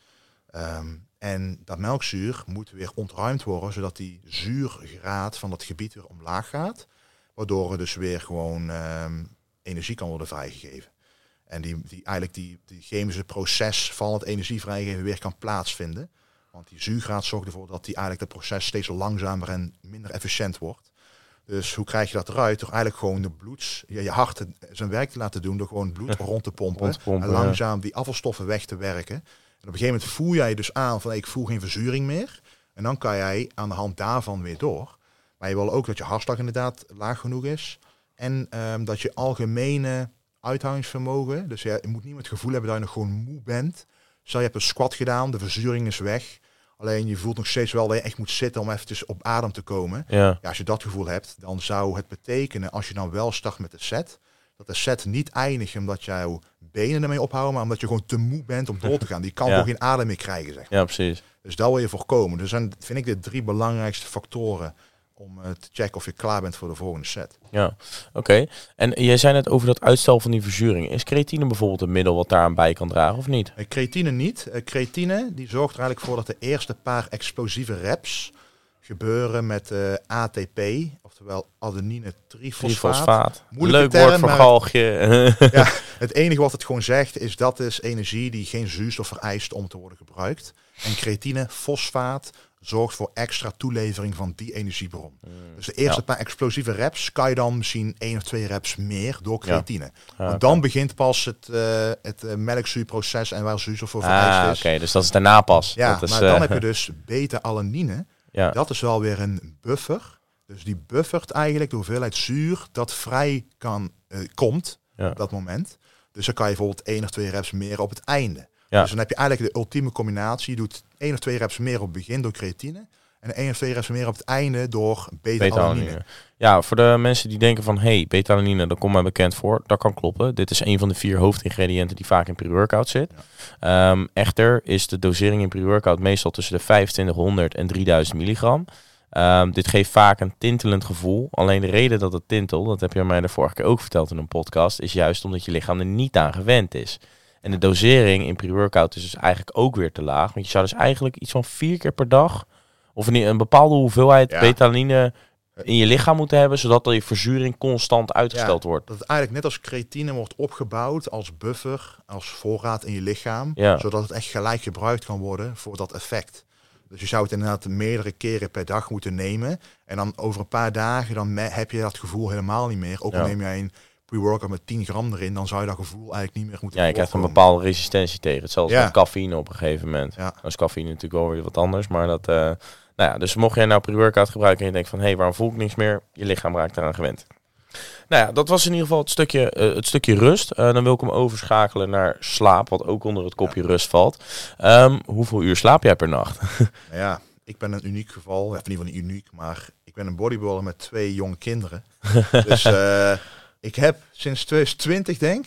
B: Um, en dat melkzuur moet weer ontruimd worden, zodat die zuurgraad van dat gebied weer omlaag gaat. Waardoor er dus weer gewoon um, energie kan worden vrijgegeven. En die, die eigenlijk die, die chemische proces van het energie vrijgeven weer kan plaatsvinden. Want die zuurgraad zorgt ervoor dat die eigenlijk het proces steeds langzamer en minder efficiënt wordt. Dus hoe krijg je dat eruit? Door eigenlijk gewoon de bloeds, ja, je hart zijn werk te laten doen, door gewoon bloed rond te pompen.
A: Rond te pompen
B: en langzaam
A: ja.
B: die afvalstoffen weg te werken. En op een gegeven moment voel jij dus aan van ik voel geen verzuring meer. En dan kan jij aan de hand daarvan weer door. Maar je wil ook dat je hartslag inderdaad laag genoeg is. En um, dat je algemene uithoudingsvermogen, dus ja, je moet niet het gevoel hebben dat je nog gewoon moe bent. Stel je hebt een squat gedaan, de verzuring is weg. Alleen je voelt nog steeds wel dat je echt moet zitten om eventjes op adem te komen.
A: Ja.
B: Ja, als je dat gevoel hebt, dan zou het betekenen als je dan wel start met de set, dat de set niet eindigt omdat jouw benen ermee ophouden, maar omdat je gewoon te moe bent om door te gaan. Die kan
A: ja.
B: gewoon geen adem meer krijgen, zeg maar.
A: Ja, precies.
B: Dus dat wil je voorkomen. Dus dan vind ik de drie belangrijkste factoren om uh, te checken of je klaar bent voor de volgende set.
A: Ja, oké. Okay. En jij zei net over dat uitstel van die verzuring. Is creatine bijvoorbeeld een middel wat daaraan bij kan dragen of niet?
B: Uh, creatine niet. Uh, creatine die zorgt er eigenlijk voor dat de eerste paar explosieve reps gebeuren met uh, A T P, oftewel adenine trifosfaat.
A: Trifosfaat. Leuk
B: term,
A: woord voor galgje.
B: Ja, het enige wat het gewoon zegt is dat is energie die geen zuurstof vereist om te worden gebruikt. En creatine fosfaat zorgt voor extra toelevering van die energiebron. Mm, dus de eerste ja. paar explosieve reps kan je dan misschien één of twee reps meer door creatine. Ja. Ja, Want dan okay. begint pas het, uh, het uh, melkzuurproces en waar zuurstof voor vereist
A: ah,
B: is.
A: Oké, okay. Dus dat is daarna pas.
B: Ja,
A: dat is,
B: maar
A: uh,
B: dan heb je dus beta-alanine. Ja. Dat is wel weer een buffer. Dus die buffert eigenlijk de hoeveelheid zuur dat vrij kan, uh, komt ja. op dat moment. Dus dan kan je bijvoorbeeld één of twee reps meer op het einde. Ja. Dus dan heb je eigenlijk de ultieme combinatie. Je doet één of twee reps meer op het begin door creatine. En één of twee reps meer op het einde door beta-alanine. Beta
A: ja, voor de mensen die denken van... hey, beta-alanine, dat komt mij bekend voor. Dat kan kloppen. Dit is een van de vier hoofdingrediënten die vaak in pre-workout zit. Ja. Um, echter is de dosering in pre-workout meestal tussen de vijfentwintighonderd en drieduizend milligram. Um, dit geeft vaak een tintelend gevoel. Alleen de reden dat het tintelt, dat heb je mij de vorige keer ook verteld in een podcast... is juist omdat je lichaam er niet aan gewend is. En de dosering in pre-workout is dus eigenlijk ook weer te laag. Want je zou dus eigenlijk iets van vier keer per dag... of een, een bepaalde hoeveelheid ja. beta-alanine in je lichaam moeten hebben... zodat je verzuring constant uitgesteld
B: ja,
A: wordt.
B: Dat het eigenlijk net als creatine wordt opgebouwd als buffer, als voorraad in je lichaam...
A: Ja.
B: zodat het echt gelijk gebruikt kan worden voor dat effect. Dus je zou het inderdaad meerdere keren per dag moeten nemen... en dan over een paar dagen dan me- heb je dat gevoel helemaal niet meer. Ook al ja. neem jij een... pre-workout met tien gram erin, dan zou je dat gevoel eigenlijk niet meer moeten
A: Ja, je krijgt een bepaalde resistentie tegen. Hetzelfde ja. met cafeïne op een gegeven moment.
B: Ja.
A: Dan is cafeïne natuurlijk wel weer wat anders, maar dat... Uh, nou ja, dus mocht jij nou pre-workout gebruiken en je denkt van... hé, hey, waarom voel ik niks meer? Je lichaam raakt eraan gewend. Nou ja, dat was in ieder geval het stukje, uh, het stukje rust. Uh, dan wil ik hem overschakelen naar slaap, wat ook onder het kopje ja. rust valt. Um, hoeveel uur slaap jij per nacht?
B: Ja, ik ben een uniek geval. Of in ieder geval niet uniek, maar ik ben een bodybuilder met twee jonge kinderen. dus... Uh, Ik heb sinds twintig twintig, denk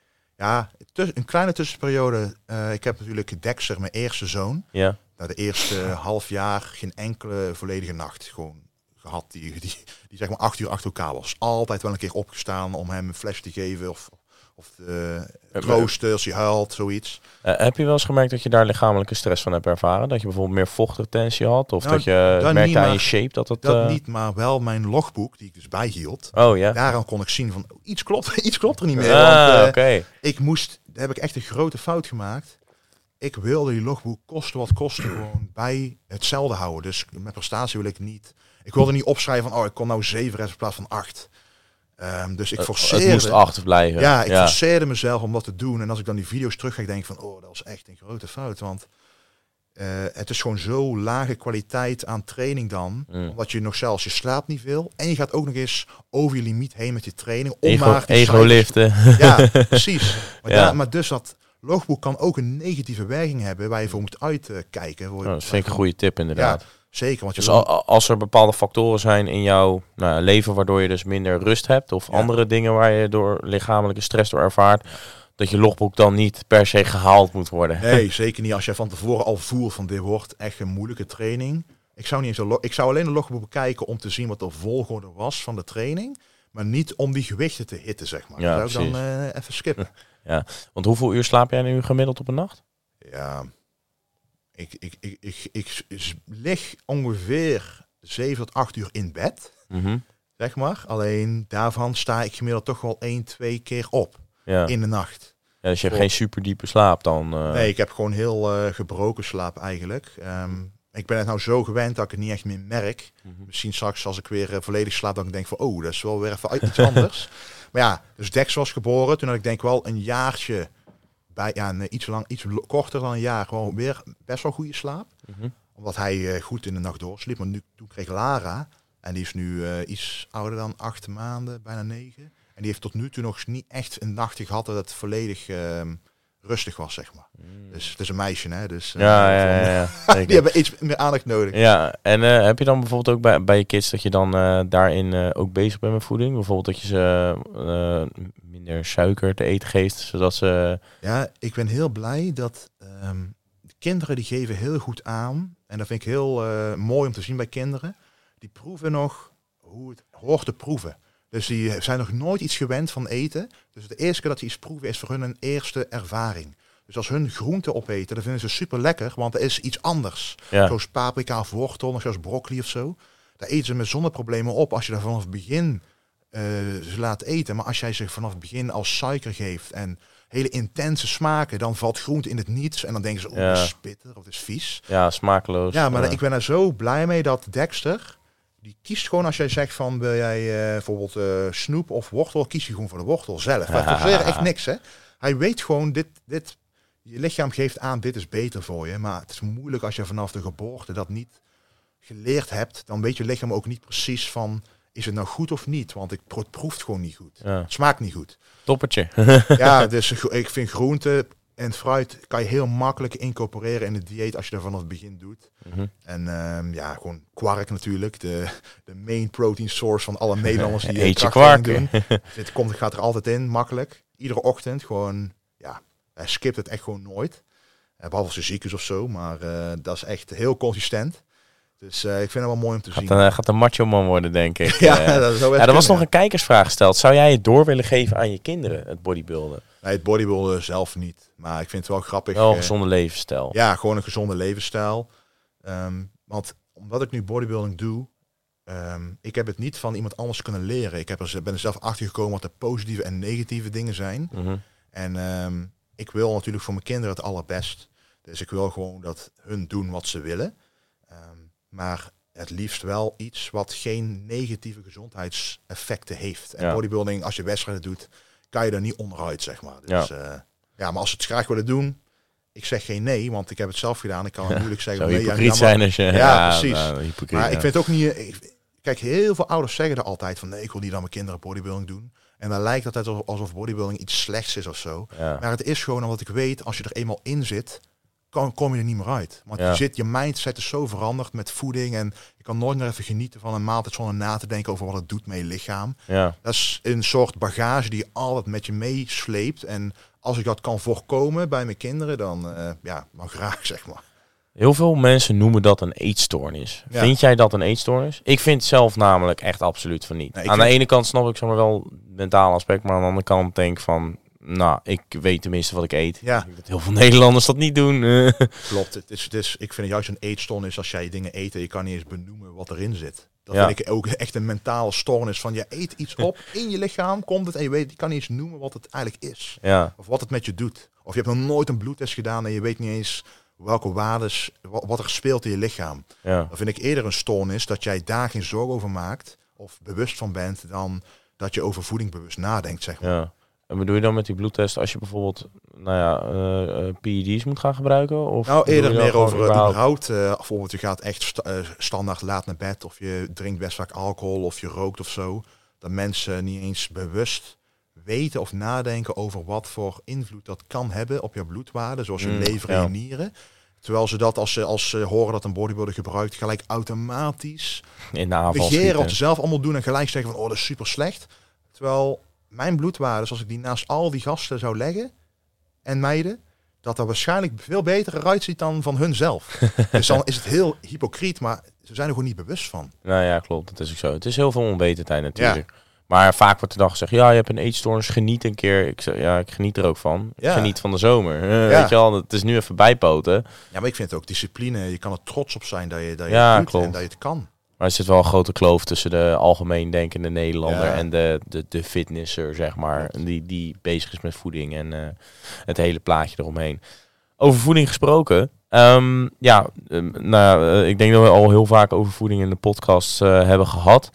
B: ja, een kleine tussenperiode. Uh, ik heb natuurlijk Dexter, mijn eerste zoon.
A: Ja.
B: Na de eerste half jaar geen enkele volledige nacht gewoon gehad. Die, die, die zeg maar acht uur achter elkaar was. Altijd wel een keer opgestaan om hem een fles te geven of, of te troosten als hij huilt, zoiets.
A: Uh, heb je wel eens gemerkt dat je daar lichamelijke stress van hebt ervaren? Dat je bijvoorbeeld meer vochtretentie had? Of nou, dat je dat merkte aan je shape dat het...
B: Dat
A: uh...
B: niet, maar wel mijn logboek, die ik dus bijhield.
A: Oh ja.
B: Daaraan kon ik zien van, iets klopt, iets klopt er niet meer.
A: Ah,
B: want uh,
A: okay.
B: ik moest, daar heb ik echt een grote fout gemaakt. Ik wilde die logboek kosten wat kosten gewoon bij hetzelfde houden. Dus mijn prestatie wil ik niet... Ik wilde niet opschrijven van, oh, ik kon nou zeven reps in plaats van acht. Um, dus ik forceerde...
A: Het moest acht blijven.
B: Ja, ik
A: ja.
B: forceerde mezelf om dat te doen. En als ik dan die video's terug ga, denk ik van, oh, dat was echt een grote fout. Want uh, het is gewoon zo lage kwaliteit aan training dan. Mm. Omdat je nog zelfs, je slaapt niet veel. En je gaat ook nog eens over je limiet heen met je training. Om
A: Ego,
B: maar
A: ego-liften.
B: Ja, precies. Maar,
A: ja.
B: daar, maar dus dat logboek kan ook een negatieve werking hebben waar je voor moet uitkijken.
A: Oh, dat vind ik een goede tip inderdaad.
B: Ja, Zeker. Want je
A: Dus
B: wil-
A: al- als er bepaalde factoren zijn in jouw nou, leven waardoor je dus minder rust hebt of
B: Ja.
A: andere dingen waar je door lichamelijke stress door ervaart, dat je logboek dan niet per se gehaald moet worden.
B: Nee, zeker niet als je van tevoren al voelt van dit wordt echt een moeilijke training. Ik zou, niet eens een log- ik zou alleen de logboek bekijken om te zien wat de volgorde was van de training. Maar niet om die gewichten te hitten, zeg maar.
A: Ja,
B: Dat zou ik dan
A: precies.
B: eh, even skippen.
A: Want hoeveel uur slaap jij nu gemiddeld op een nacht?
B: Ja, ik, ik, ik, ik, ik, ik lig ongeveer zeven tot acht uur in bed,
A: Mhm.
B: zeg maar. Alleen daarvan sta ik gemiddeld toch wel één, twee keer op
A: Ja.
B: in de nacht.
A: Ja, dus je hebt
B: Voor-
A: geen super diepe slaap dan. eh.
B: Nee, ik heb gewoon heel eh, gebroken slaap eigenlijk. Ehm, ik ben het nou zo gewend dat ik het niet echt meer merk.
A: Mhm.
B: Misschien straks als ik weer eh, volledig slaap, dat ik denk van, oh, dat is wel weer even iets anders. Maar ja, dus Dex was geboren. Toen had ik denk wel een jaartje, bij, ja, nee, iets, lang, iets lo- korter dan een jaar, gewoon weer best wel goede slaap.
A: Mhm.
B: Omdat hij eh, goed in de nacht doorsliep. Maar nu, toen kreeg Lara, en die is nu eh, iets ouder dan acht maanden, bijna negen. En die heeft tot nu toe nog niet echt een nachtje gehad dat het volledig ehm, rustig was, zeg maar. Dus het is een meisje, hè. Dus, eh,
A: Ja, ja, ja. ja, zeker.
B: die hebben iets meer aandacht nodig.
A: Ja, en eh, heb je dan bijvoorbeeld ook bij, bij je kids dat je dan eh, daarin eh, ook bezig bent met voeding? Bijvoorbeeld dat je ze eh, minder suiker te eten geeft, zodat ze...
B: Ja, ik ben heel blij dat ehm, de kinderen die geven heel goed aan. En dat vind ik heel eh, mooi om te zien bij kinderen. Die proeven nog hoe het hoort te proeven. Dus die zijn nog nooit iets gewend van eten. Dus de eerste keer dat ze iets proeven is voor hun een eerste ervaring. Dus als hun groente opeten, dan vinden ze super lekker, want dat is iets anders.
A: Ja,
B: Zoals paprika of wortel, of zoals broccoli of zo. Daar eten ze met zonder problemen op als je daar vanaf het begin eh, ze laat eten. Maar als jij ze vanaf het begin als suiker geeft en hele intense smaken, dan valt groente in het niets. En dan denken ze, oh,
A: Ja.
B: dat is bitter of dat is vies.
A: ja, smakeloos.
B: Ja, maar
A: eh.
B: ik ben er zo blij mee dat Dexter, die kiest gewoon als jij zegt van, wil jij eh, bijvoorbeeld eh, snoep of wortel, kies je gewoon voor de wortel zelf. Wij forceren echt niks, hè. Hij weet gewoon, dit, dit, je lichaam geeft aan, dit is beter voor je. Maar het is moeilijk als je vanaf de geboorte dat niet geleerd hebt. Dan weet je lichaam ook niet precies van, is het nou goed of niet? Want ik, het proeft gewoon niet goed.
A: Ja.
B: Het smaakt niet goed.
A: Toppertje.
B: Ja, dus ik vind groente en fruit kan je heel makkelijk incorporeren in het dieet als je dat vanaf het begin doet.
A: Mhm.
B: En ehm, ja, gewoon kwark natuurlijk. De, de main protein source van alle Nederlanders die
A: Eet je
B: krachttraining
A: kwark.
B: doen. Dit komt, gaat er altijd in, makkelijk. Iedere ochtend gewoon, ja, hij skipt het echt gewoon nooit. Eh, Behalve als hij ziek is of zo, maar eh, dat is echt heel consistent. Dus eh, ik vind het wel mooi om te
A: Gaat
B: zien.
A: een, gaat een macho man worden, denk ik.
B: Ja,
A: Eh,
B: dat zou best
A: ja, er was nog
B: kunnen,
A: een kijkersvraag gesteld. Zou jij het door willen geven aan je kinderen, het bodybuilden?
B: Nee, het bodybuilden zelf niet. Maar ik vind het wel grappig.
A: Wel een
B: eh,
A: gezonde levensstijl.
B: Ja, gewoon een gezonde levensstijl. Ehm, want omdat ik nu bodybuilding doe, ehm, ik heb het niet van iemand anders kunnen leren. Ik heb er, ben er zelf achter gekomen wat de positieve en negatieve dingen zijn.
A: Mhm.
B: En ehm, ik wil natuurlijk voor mijn kinderen het allerbest. Dus ik wil gewoon dat hun doen wat ze willen. Ehm, maar het liefst wel iets wat geen negatieve gezondheidseffecten heeft. En
A: Ja.
B: bodybuilding, als je wedstrijden doet, kan je daar niet onderuit, zeg maar. Dus ja, uh, ja maar als ze het graag willen doen, ik zeg geen nee, want ik heb het zelf gedaan. Ik kan het moeilijk zeggen.
A: Zou
B: nee,
A: hypocriet
B: ja,
A: zijn als je...
B: Ja,
A: Ja,
B: precies.
A: nou, hypocriet,
B: maar
A: ja.
B: ik vind het ook niet... Ik, kijk, heel veel ouders zeggen er altijd van, nee, ik wil niet aan mijn kinderen bodybuilding doen. En dan lijkt het altijd alsof bodybuilding iets slechts is of zo.
A: Ja.
B: Maar het is gewoon omdat ik weet, als je er eenmaal in zit, kan, kom je er niet meer uit. Want
A: Ja.
B: je, zit, je mindset is zo veranderd met voeding en je kan nooit meer even genieten van een maaltijd zonder na te denken over wat het doet met je lichaam.
A: Ja.
B: Dat is een soort bagage die je altijd met je meesleept. En als ik dat kan voorkomen bij mijn kinderen, dan, uh, ja, dan graag, zeg maar.
A: Heel veel mensen noemen dat een eetstoornis.
B: Ja.
A: Vind jij dat een eetstoornis? Ik vind zelf namelijk echt absoluut van niet.
B: Nee, ik
A: aan de
B: vind-
A: ene kant snap ik zeg maar wel het mentale aspect, maar aan de andere kant denk ik van, nou, ik weet tenminste wat ik eet.
B: Ja.
A: Ik denk dat heel veel Nederlanders dat niet doen. eh.
B: Klopt. Het is, het is, ik vind het juist een eetstoornis als jij dingen eet en je kan niet eens benoemen wat erin zit. Dat
A: Ja.
B: vind ik ook echt een mentale stoornis van je eet iets op in je lichaam, komt het en je weet, je kan niet eens noemen wat het eigenlijk is.
A: Ja,
B: Of wat het met je doet. Of je hebt nog nooit een bloedtest gedaan en je weet niet eens welke waardes, wat, wat er speelt in je lichaam.
A: ja.
B: Dan vind ik eerder een stoornis dat jij daar geen zorg over maakt of bewust van bent dan dat je over voeding bewust nadenkt, zeg maar.
A: Ja. En bedoel je dan met die bloedtest als je bijvoorbeeld, nou ja, eh, eh, P E D's moet gaan gebruiken? Of
B: Nou,
A: bedoel
B: eerder
A: je dan
B: meer
A: gewoon
B: over uh,
A: überhaupt-
B: überhaupt. Uh, bijvoorbeeld, je gaat echt sta- uh, standaard laat naar bed of je drinkt best vaak alcohol of je rookt of zo. Dat mensen niet eens bewust weten of nadenken over wat voor invloed dat kan hebben op je bloedwaarde, zoals je
A: Mm,
B: lever en
A: ja.
B: je nieren. Terwijl ze dat, als ze, als ze horen dat een bodybuilder gebruikt, gelijk automatisch
A: in de aanval
B: negeren of ze zelf allemaal doen en gelijk zeggen van, oh, dat is super slecht. Terwijl mijn bloedwaardes, als ik die naast al die gasten zou leggen en meiden, dat er waarschijnlijk veel beter eruit ziet dan van hun zelf. Dus dan is het heel hypocriet, maar ze zijn er gewoon niet bewust van.
A: Nou ja, klopt. Dat is ook zo. Het is heel veel onwetendheid natuurlijk. Ja. Maar vaak wordt er dan gezegd, ja, je hebt een eetstoornis, geniet een keer. Ik zeg, ja, ik geniet er ook van. Ja. Ik geniet van de zomer. Uh, ja. Weet je wel, het is nu even bijpoten.
B: Ja, maar ik vind het ook discipline. Je kan er trots op zijn dat je, dat je
A: ja,
B: het doet
A: klopt.
B: En dat je het kan.
A: Maar er zit wel een grote kloof tussen de algemeen denkende Nederlander ja. en de, de, de fitnesser, zeg maar. Ja. Die, die bezig is met voeding en uh, het hele plaatje eromheen. Over voeding gesproken. Um, ja, um, nou, uh, ik denk dat we al heel vaak over voeding in de podcast uh, hebben gehad.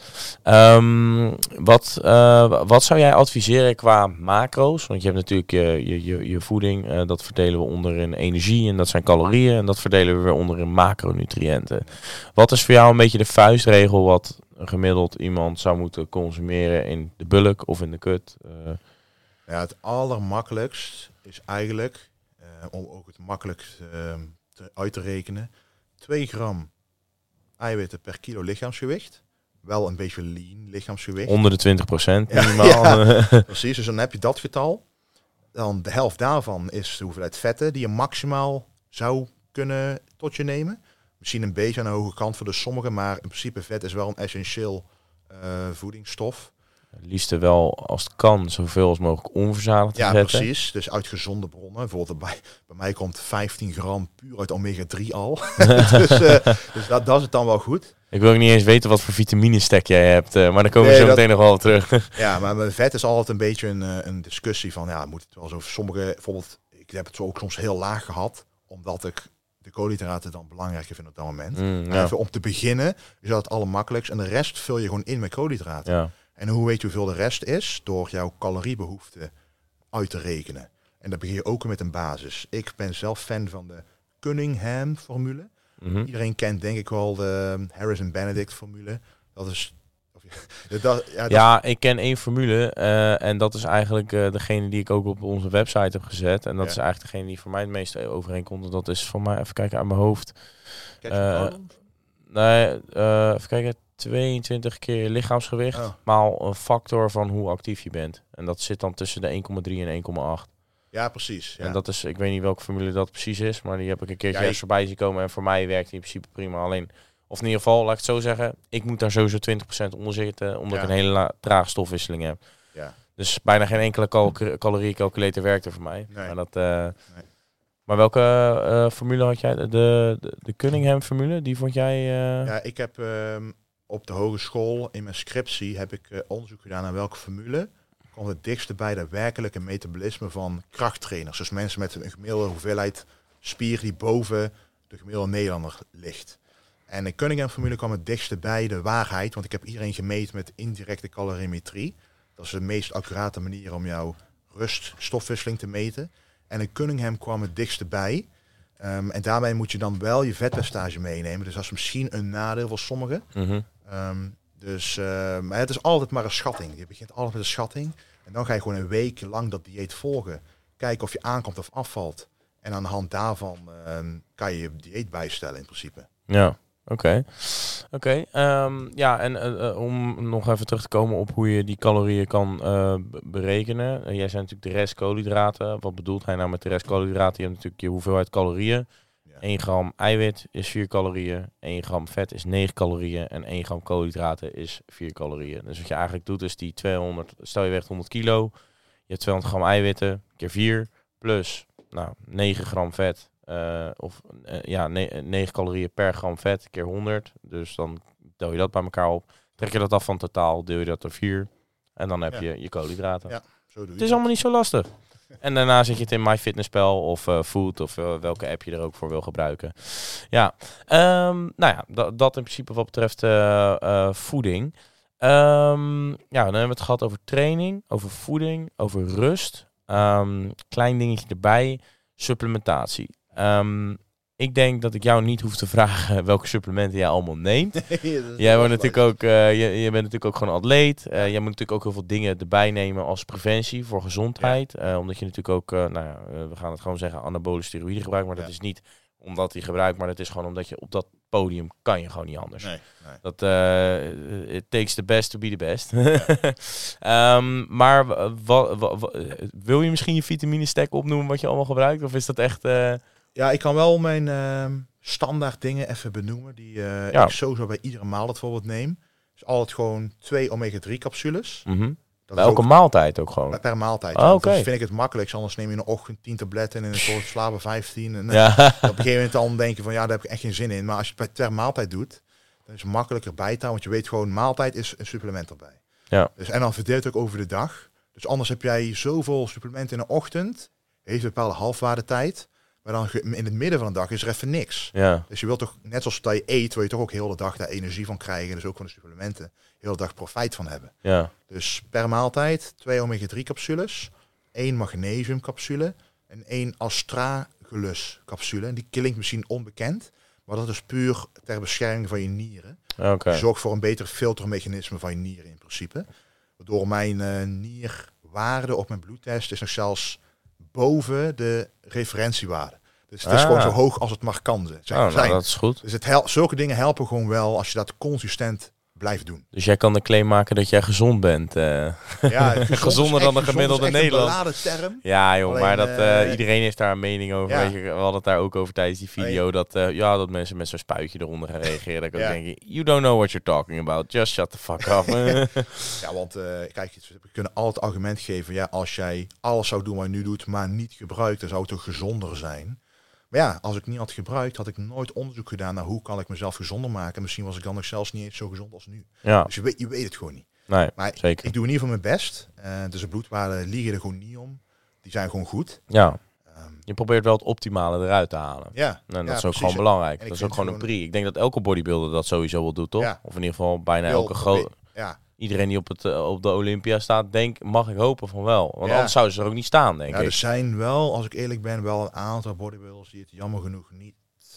A: Um, wat, uh, wat zou jij adviseren qua macro's? Want je hebt natuurlijk je, je, je, je voeding, uh, dat verdelen we onder in energie en dat zijn calorieën. En dat verdelen we weer onder in macronutriënten. Wat is voor jou een beetje de vuistregel wat gemiddeld iemand zou moeten consumeren in de bulk of in de kut? Uh,
B: ja, het allermakkelijkst is eigenlijk, uh, om ook het makkelijk uh, te, uit te rekenen, twee gram eiwitten per kilo lichaamsgewicht. Wel een beetje lean lichaamsgewicht.
A: Onder de twintig procent
B: ja,
A: minimaal.
B: Ja, precies, dus dan heb je dat getal. Dan de helft daarvan is de hoeveelheid vetten die je maximaal zou kunnen tot je nemen. Misschien een beetje aan de hoge kant voor de sommigen, maar in principe vet is wel een essentieel uh, voedingsstof.
A: Liefst wel, als het kan, zoveel als mogelijk onverzadigd te
B: ja,
A: zetten.
B: Ja, precies. Dus uit gezonde bronnen. Bijvoorbeeld bij, bij mij komt vijftien gram puur uit omega drie al. dus uh, dus dat, dat is het dan wel goed.
A: Ik wil ook niet eens weten wat voor vitamine-stack jij hebt, uh, maar daar komen nee, we zo dat, meteen nog wel op terug.
B: Ja, maar met vet is altijd een beetje een, uh, een discussie van, ja, moet het wel zo. Sommige, bijvoorbeeld, ik heb het zo ook soms heel laag gehad, omdat ik de koolhydraten dan belangrijker vind op dat moment. Mm, ja. Even om te beginnen is dat het allermakkelijkst. En de rest vul je gewoon in met koolhydraten. Ja. En hoe weet je hoeveel de rest is? Door jouw caloriebehoefte uit te rekenen. En dat begin je ook met een basis. Ik ben zelf fan van de Cunningham-formule. Mm-hmm. Iedereen kent denk ik wel de Harrison-Benedict-formule. Dat is... dat, ja, dat
A: ja, ik ken één formule. Uh, en dat is eigenlijk uh, degene die ik ook op onze website heb gezet. En dat ja. is eigenlijk degene die voor mij het meest overeenkomt. Dat is voor mij, even kijken aan mijn hoofd. Uh, nee, uh, even kijken. tweeëntwintig keer lichaamsgewicht, oh. maal een factor van hoe actief je bent. En dat zit dan tussen de één komma drie en één komma acht.
B: Ja, precies. Ja.
A: En dat is, ik weet niet welke formule dat precies is, maar die heb ik een keertje ja, ergens voorbij zien komen. En voor mij werkt die in principe prima. Alleen, of in ieder geval, laat ik het zo zeggen, ik moet daar sowieso twintig procent onder zitten, omdat ja. ik een hele la- trage stofwisseling heb. Ja. Dus bijna geen enkele cal- caloriecalculator werkte voor mij. Nee. Maar, dat, uh, nee. maar welke uh, formule had jij? De, de, de Cunningham-formule, die vond jij... Uh...
B: Ja, ik heb... Um... Op de hogeschool, in mijn scriptie, heb ik uh, onderzoek gedaan naar welke formule komt het dichtste bij de werkelijke metabolisme van krachttrainers. Dus mensen met een gemiddelde hoeveelheid spier die boven de gemiddelde Nederlander ligt. En de Cunningham-formule kwam het dichtste bij de waarheid, want ik heb iedereen gemeten met indirecte calorimetrie. Dat is de meest accurate manier om jouw rust-stofwisseling te meten. En de Cunningham kwam het dichtste bij. Um, en daarbij moet je dan wel je vetpercentage meenemen. Dus dat is misschien een nadeel voor sommigen. Mm-hmm. Um, dus, uh, maar het is altijd maar een schatting. Je begint altijd met een schatting. En dan ga je gewoon een week lang dat dieet volgen. Kijken of je aankomt of afvalt. En aan de hand daarvan uh, kan je je dieet bijstellen in principe.
A: Ja, oké. Okay. Oké, okay, um, ja, en uh, uh, om nog even terug te komen op hoe je die calorieën kan uh, berekenen. Uh, jij zei natuurlijk de rest koolhydraten. Wat bedoelt hij nou met de rest koolhydraten? Je hebt natuurlijk je hoeveelheid calorieën. Ja. één gram eiwit is vier calorieën. één gram vet is negen calorieën. En één gram koolhydraten is vier calorieën. Dus wat je eigenlijk doet is die tweehonderd... Stel je weegt honderd kilo. Je hebt tweehonderd gram eiwitten keer vier. Plus nou, negen gram vet. Uh, of uh, ja, ne- negen calorieën per gram vet keer honderd. Dus dan tel je dat bij elkaar op. Trek je dat af van totaal, deel je dat door vier. En dan heb ja. je je koolhydraten. Ja, zo doe je het is dat. Allemaal niet zo lastig. En daarna zet je het in MyFitnessPal of uh, Food of uh, welke app je er ook voor wil gebruiken. Ja, um, nou ja, d- dat in principe wat betreft uh, uh, voeding. Um, ja, dan hebben we het gehad over training, over voeding, over rust. Um, klein dingetje erbij, supplementatie. Um, ik denk dat ik jou niet hoef te vragen welke supplementen jij allemaal neemt. Nee, jij bent natuurlijk ook, uh, je, je bent natuurlijk ook gewoon atleet. Uh, jij moet natuurlijk ook heel veel dingen erbij nemen als preventie voor gezondheid. Ja. Uh, omdat je natuurlijk ook, uh, nou ja, uh, we gaan het gewoon zeggen, anabole steroïden gebruikt. Maar ja. dat is niet omdat hij gebruikt, maar het is gewoon omdat je op dat podium kan je gewoon niet anders.
B: Nee, nee.
A: Dat uh, it takes the best to be the best. Ja. um, maar wa, wa, wa, wa, wil je misschien je vitamine stack opnoemen wat je allemaal gebruikt? Of is dat echt... Uh...
B: Ja, ik kan wel mijn uh, standaard dingen even benoemen. Die uh, ja. ik sowieso bij iedere maaltijd bijvoorbeeld neem. Dus altijd gewoon twee omega drie capsules.
A: Mm-hmm. Dat bij elke ook, maaltijd ook gewoon?
B: Per maaltijd.
A: Oh,
B: ja.
A: okay.
B: Dus vind ik het makkelijkst. Anders neem je in de ochtend tien tabletten en in de soort slapen vijftien. En
A: ja.
B: op een gegeven moment dan denk je van ja, daar heb ik echt geen zin in. Maar als je het per maaltijd doet, dan is het makkelijker bij te houden. Want je weet gewoon, maaltijd is een supplement erbij.
A: Ja.
B: Dus, en dan verdeelt het ook over de dag. Dus anders heb jij zoveel supplementen in de ochtend. Heeft een bepaalde halfwaardetijd. Maar dan in het midden van de dag is er even niks.
A: Ja.
B: Dus je wilt toch, net zoals dat je eet, wil je toch ook heel de dag daar energie van krijgen. Dus ook van de supplementen. Heel de dag profijt van hebben.
A: Ja.
B: Dus per maaltijd twee omega drie capsules, één magnesium capsule en één astragalus capsule. En die klinkt misschien onbekend, maar dat is puur ter bescherming van je nieren.
A: Okay.
B: Je zorgt voor een beter filtermechanisme van je nieren in principe. Waardoor mijn uh, nierwaarde op mijn bloedtest is nog zelfs boven de referentiewaarde. Dus het is ah. gewoon zo hoog als het maar kan zijn.
A: Oh, nou, dat is goed.
B: Dus het hel- zulke dingen helpen gewoon wel als je dat consistent blijft doen.
A: Dus jij kan de claim maken dat jij gezond bent. Uh.
B: Ja,
A: gezonder dan de gemiddelde Nederlander.
B: Term.
A: Ja, joh,
B: Alleen,
A: maar dat, uh,
B: uh,
A: iedereen heeft daar een mening over.
B: Ja.
A: Weet je, we hadden het daar ook over tijdens die video. Nee. Dat, uh, ja, dat mensen met zo'n spuitje eronder gaan reageren. Dat ik ja. ook denk, you don't know what you're talking about. Just shut the fuck up.
B: Ja, want uh, kijk, we kunnen altijd het argument geven. Ja, als jij alles zou doen wat je nu doet, maar niet gebruikt, dan zou het toch gezonder zijn. Maar ja, als ik niet had gebruikt, had ik nooit onderzoek gedaan naar hoe kan ik mezelf gezonder maken. Misschien was ik dan nog zelfs niet eens zo gezond als nu.
A: Ja.
B: Dus je weet, je weet het gewoon niet.
A: Nee,
B: maar
A: zeker.
B: Ik doe in ieder geval mijn best. Uh, dus de bloedwaarden liegen er gewoon niet om. Die zijn gewoon goed.
A: Ja. Um, je probeert wel het optimale eruit te halen.
B: Ja.
A: En dat
B: ja,
A: is ook
B: precies.
A: gewoon belangrijk.
B: En
A: Dat is ook gewoon een
B: gewoon...
A: pri. Ik denk dat elke bodybuilder dat sowieso wel doet, toch?
B: Ja.
A: Of in ieder geval bijna
B: Heel
A: elke grote...
B: Ja.
A: Iedereen die op, het, uh, op de Olympia staat, denk, mag ik hopen van wel. Want
B: ja.
A: anders zouden ze er ook niet staan, denk
B: ja,
A: ik.
B: Er zijn wel, als ik eerlijk ben, wel een aantal bodybuilders die het jammer genoeg niet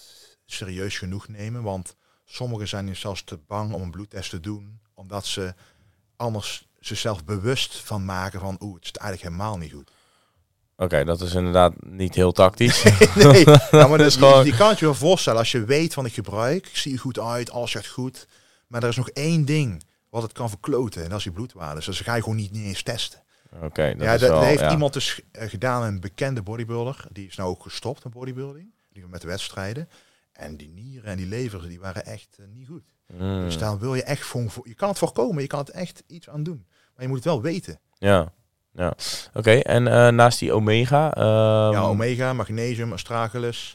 B: serieus genoeg nemen. Want sommigen zijn zelfs te bang om een bloedtest te doen. Omdat ze anders zichzelf bewust van maken van, oeh, het is eigenlijk helemaal niet goed.
A: Oké, okay, dat is inderdaad niet heel tactisch.
B: nee, nou, maar dus,
A: gewoon...
B: je, je kan het je wel voorstellen. Als je weet van ik gebruik, ik zie je goed uit, alles gaat goed. Maar er is nog één ding wat het kan verkloten. En dat is je bloedwaardes. Dus dan ga je gewoon niet, niet eens testen.
A: Oké, okay, dat
B: ja,
A: is
B: dat,
A: wel,
B: dat heeft
A: ja.
B: iemand dus uh, gedaan, een bekende bodybuilder. Die is nou ook gestopt met bodybuilding. Die met de wedstrijden. En die nieren en die levers, die waren echt uh, niet goed. Mm. Dus daar wil je echt voor, je kan het voorkomen. Je kan het echt iets aan doen. Maar je moet het wel weten.
A: Ja. Ja, oké. Okay, en uh, naast die omega? Um...
B: Ja, omega, magnesium, astragalus,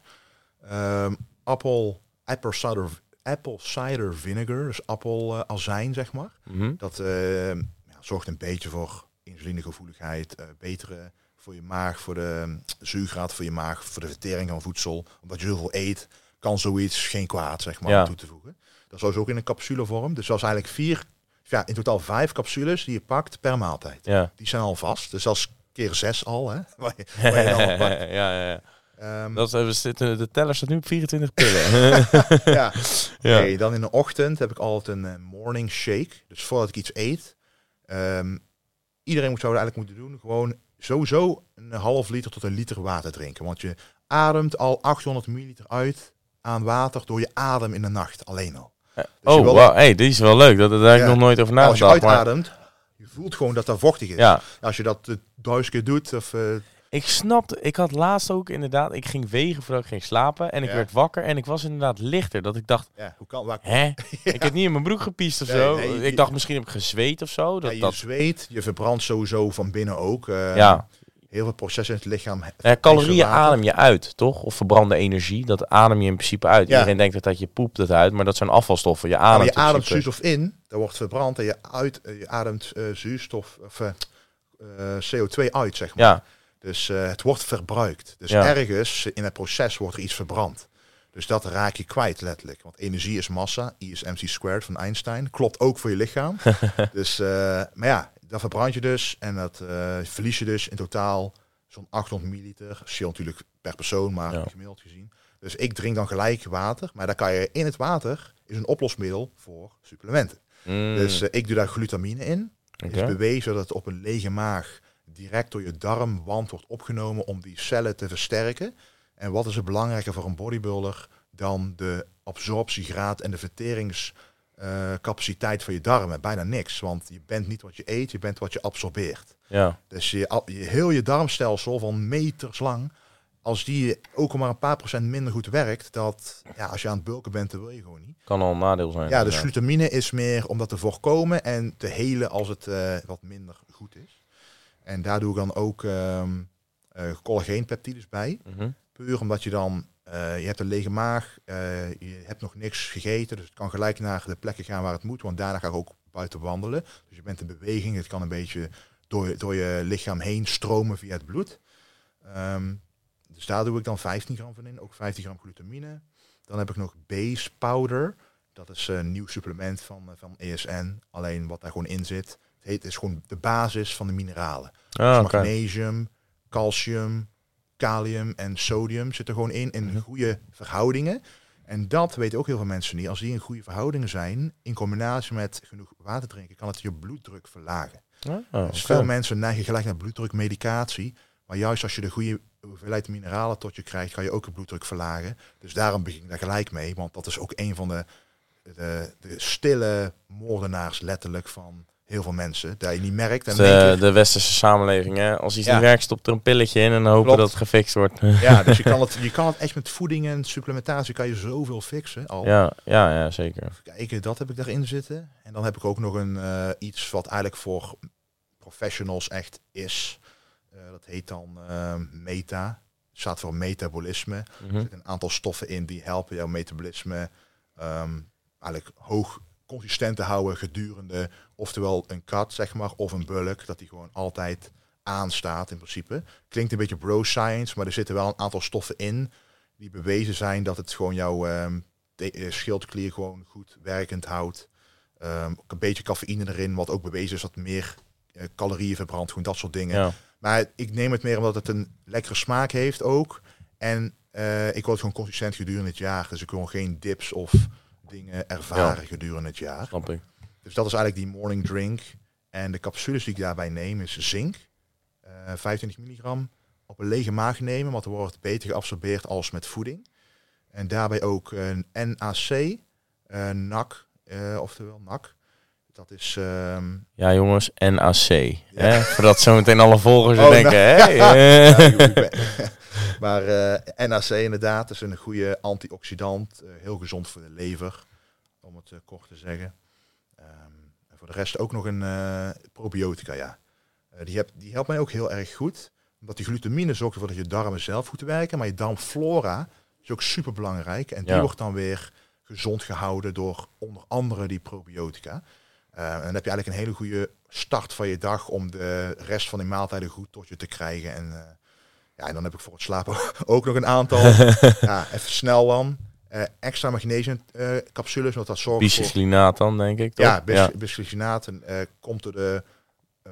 B: um, appel, apple cider, apple cider vinegar, dus appelazijn, uh, zeg maar.
A: Mm-hmm.
B: Dat uh, ja, zorgt een beetje voor insulinegevoeligheid, uh, betere voor je maag, voor de zuurgraad voor je maag, voor de vertering van voedsel. Omdat je heel veel eet, kan zoiets geen kwaad, zeg maar, ja. toe te voegen. Dat is ook in een capsulevorm. Dus dat is eigenlijk vier... Ja, in totaal vijf capsules die je pakt per maaltijd.
A: Ja.
B: Die zijn al vast. Dus dat is keer zes al, hè? Waar je, waar je al pakt.
A: ja, ja,
B: ja. Um,
A: dat, we zitten, de teller staat nu op vierentwintig pillen.
B: ja.
A: ja.
B: Nee, dan in de ochtend heb ik altijd een uh, morning shake. Dus voordat ik iets eet. Um, iedereen moet, zou het eigenlijk moeten doen. Gewoon sowieso een half liter tot een liter water drinken. Want je ademt al achthonderd milliliter uit aan water door je adem in de nacht alleen al.
A: Dus oh, wel... wow. Hey, die is wel leuk. Dat, daar heb ik ja. nog nooit over nagedacht.
B: Als je uitademt, maar... je voelt gewoon dat dat vochtig is.
A: Ja.
B: Als je dat uh, duizend keer doet. Of, uh...
A: Ik snapte, ik had laatst ook inderdaad, ik ging wegen voordat ik ging slapen. En ik ja. werd wakker en ik was inderdaad lichter. Dat ik dacht,
B: ja, hoe kan, waar...
A: hè? ja. Ik heb niet in mijn broek gepiest of nee, zo. Nee, je... Ik dacht, misschien heb ik gezweet of zo. Dat,
B: ja, je
A: dat...
B: zweet, je verbrandt sowieso van binnen ook. Uh,
A: ja.
B: Heel veel processen in het lichaam.
A: Ja, calorieën adem je uit, toch? Of verbrande energie, dat adem je in principe uit. Ja. Iedereen denkt dat, dat je poept het uit, maar dat zijn afvalstoffen. Je ademt,
B: nou, je ademt zuurstof in, dat wordt verbrand en je, uit, je ademt uh, zuurstof of uh, uh, C O twee uit, zeg maar.
A: Ja.
B: Dus uh, het wordt verbruikt. Dus
A: ja.
B: ergens in het proces wordt er iets verbrand. Dus dat raak je kwijt letterlijk. Want energie is massa, I is M C squared van Einstein. Klopt ook voor je lichaam. dus, uh, maar ja, dat verbrand je dus en dat uh, verlies je dus in totaal zo'n achthonderd milliliter. Scheelt natuurlijk per persoon, maar ja. gemiddeld gezien. Dus ik drink dan gelijk water. Maar dan kan je in het water is een oplosmiddel voor supplementen. Mm. Dus uh, ik doe daar glutamine in. Het okay. is bewezen dat het op een lege maag direct door je darmwand wordt opgenomen om die cellen te versterken. En wat is er belangrijker voor een bodybuilder dan de absorptiegraad en de verteringscapaciteit uh, van je darmen? Bijna niks, want je bent niet wat je eet, je bent wat je absorbeert.
A: Ja.
B: Dus je, je, heel je darmstelsel van meters lang, als die ook al maar een paar procent minder goed werkt, dat ja, als je aan het bulken bent, dan wil je gewoon niet.
A: Kan al een nadeel zijn.
B: Ja, dus glutamine is meer om dat te voorkomen en te helen als het uh, wat minder goed is. En daar doe ik dan ook um, uh, collageenpeptides bij.
A: Mm-hmm.
B: Puur omdat je dan, uh, je hebt een lege maag, uh, je hebt nog niks gegeten, dus het kan gelijk naar de plekken gaan waar het moet, want daarna ga ik ook buiten wandelen. Dus je bent in beweging, het kan een beetje door, door je lichaam heen stromen via het bloed. Um, dus daar doe ik dan vijftien gram van in, ook vijftien gram glutamine. Dan heb ik nog base powder, dat is een nieuw supplement van, van E S N, alleen wat daar gewoon in zit. Het heet, is gewoon de basis van de mineralen.
A: Ah,
B: dus
A: okay.
B: Magnesium, calcium, kalium en sodium zitten gewoon in, in mm-hmm. goede verhoudingen. En dat weten ook heel veel mensen niet. Als die in goede verhoudingen zijn, in combinatie met genoeg water drinken, kan het je bloeddruk verlagen. Oh, dus okay. Veel mensen neigen gelijk naar bloeddrukmedicatie. Maar juist als je de goede hoeveelheid mineralen tot je krijgt, ga je ook de bloeddruk verlagen. Dus daarom begin ik daar gelijk mee. Want dat is ook een van de, de, de stille moordenaars letterlijk van heel veel mensen. Dat je niet merkt. En
A: de, keer... de westerse samenleving, hè? Als iets ja. niet werkt, stopt er een pilletje in en dan hopen Klopt. dat het gefixt wordt.
B: Ja, dus je kan, het, je kan het echt met voeding en supplementatie kan je zoveel fixen al.
A: Ja, ja, ja zeker.
B: Even kijken, dat heb ik daarin zitten. En dan heb ik ook nog een uh, iets wat eigenlijk voor professionals echt is. Uh, dat heet dan uh, meta. Het staat voor metabolisme. Mm-hmm. Er zitten een aantal stoffen in die helpen jouw metabolisme um, eigenlijk hoog consistent te houden gedurende, oftewel een cut, zeg maar, of een bulk, dat die gewoon altijd aanstaat in principe. Klinkt een beetje bro science, maar er zitten wel een aantal stoffen in die bewezen zijn dat het gewoon jouw um, de, schildklier gewoon goed werkend houdt. Um, ook een beetje cafeïne erin, wat ook bewezen is dat meer uh, calorieën verbrandt, gewoon dat soort dingen. Ja. Maar ik neem het meer omdat het een lekkere smaak heeft ook. En uh, ik word gewoon consistent gedurende het jaar, dus ik wil geen dips of dingen ervaren ja. gedurende het jaar.
A: Snap ik.
B: Dus dat is eigenlijk die morning drink. En de capsules die ik daarbij neem is zink. Uh, vijfentwintig milligram op een lege maag nemen, want dan wordt het beter geabsorbeerd als met voeding. En daarbij ook een N A C, uh, N A C, uh, oftewel N A C. Dat is... Um...
A: Ja jongens, N A C. Ja. Hè? Voordat zo meteen alle volgers oh, denken,
B: nou,
A: hè?
B: Ja, maar uh, N A C inderdaad is een goede antioxidant, uh, heel gezond voor de lever, om het uh, kort te zeggen. Um, en voor de rest ook nog een uh, probiotica, ja. Uh, die, heb, die helpt mij ook heel erg goed, omdat die glutamine zorgt ervoor dat je darmen zelf goed werken, maar je darmflora is ook super belangrijk en die ja. wordt dan weer gezond gehouden door onder andere die probiotica. Uh, en dan heb je eigenlijk een hele goede start van je dag om de rest van die maaltijden goed tot je te krijgen. En, uh, ja, en dan heb ik voor het slapen ook nog een aantal. Ja, even snel dan. Uh, extra magnesium uh, capsules, want dat zorgt voor...
A: Bisglycinaat dan, denk ik, toch?
B: Ja, bis- ja. bisglycinaat uh, komt door de uh,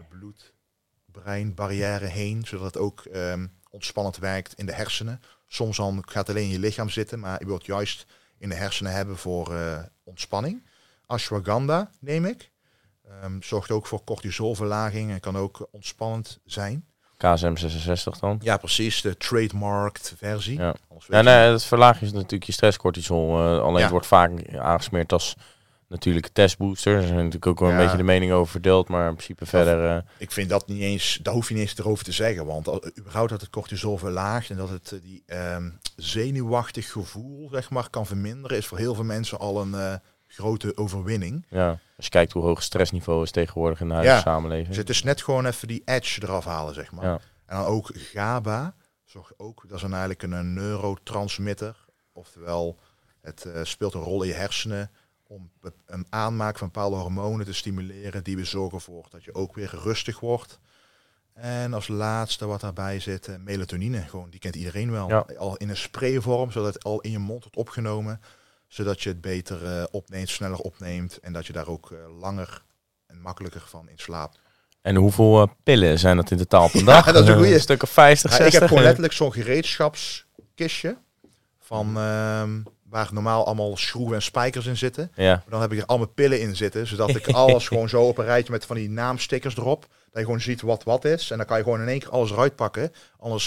B: bloed-brein-barrière heen, zodat het ook um, ontspannend werkt in de hersenen. Soms dan gaat het alleen in je lichaam zitten, maar je wilt juist in de hersenen hebben voor uh, ontspanning. Ashwagandha neem ik. Um, zorgt ook voor cortisolverlaging en kan ook ontspannend zijn.
A: K S M zesenzestig dan?
B: Ja, precies. De trademarked versie.
A: Ja, ja nee, het verlagen is natuurlijk je stresscortisol. Uh, alleen ja. het wordt vaak aangesmeerd als natuurlijke testbooster. Er zijn natuurlijk ook wel een ja. beetje de mening over verdeeld, maar in principe of, verder... Uh...
B: Ik vind dat niet eens, daar hoef je niet eens erover te zeggen, want al, überhaupt dat het cortisol verlaagt en dat het uh, die um, zenuwachtig gevoel, zeg maar, kan verminderen, is voor heel veel mensen al een... Uh, grote overwinning.
A: Ja, als je kijkt hoe hoog het stressniveau is tegenwoordig in de huidige ja, samenleving.
B: Dus het is net gewoon even die edge eraf halen, zeg maar. Ja. En dan ook GABA, zorgt ook, dat is dan eigenlijk een neurotransmitter. Oftewel, het uh, speelt een rol in je hersenen om een aanmaak van bepaalde hormonen te stimuleren die we zorgen voor dat je ook weer rustig wordt. En als laatste wat daarbij zit, uh, melatonine. Gewoon, die kent iedereen wel. Ja. Al in een sprayvorm, zodat het al in je mond wordt opgenomen, zodat je het beter uh, opneemt, sneller opneemt en dat je daar ook uh, langer en makkelijker van in slaapt.
A: En hoeveel uh, pillen zijn dat in totaal per dag?
B: Ja, dat is een goeie.
A: Een stuk of vijftig,
B: ja,
A: zestig?
B: Ik heb gewoon letterlijk zo'n gereedschapskistje van uh, waar normaal allemaal schroeven en spijkers in zitten.
A: Ja.
B: Maar dan heb ik er al mijn pillen in zitten, zodat ik alles gewoon zo op een rijtje met van die naamstickers erop, dat je gewoon ziet wat wat is. En dan kan je gewoon in één keer alles eruit pakken. Anders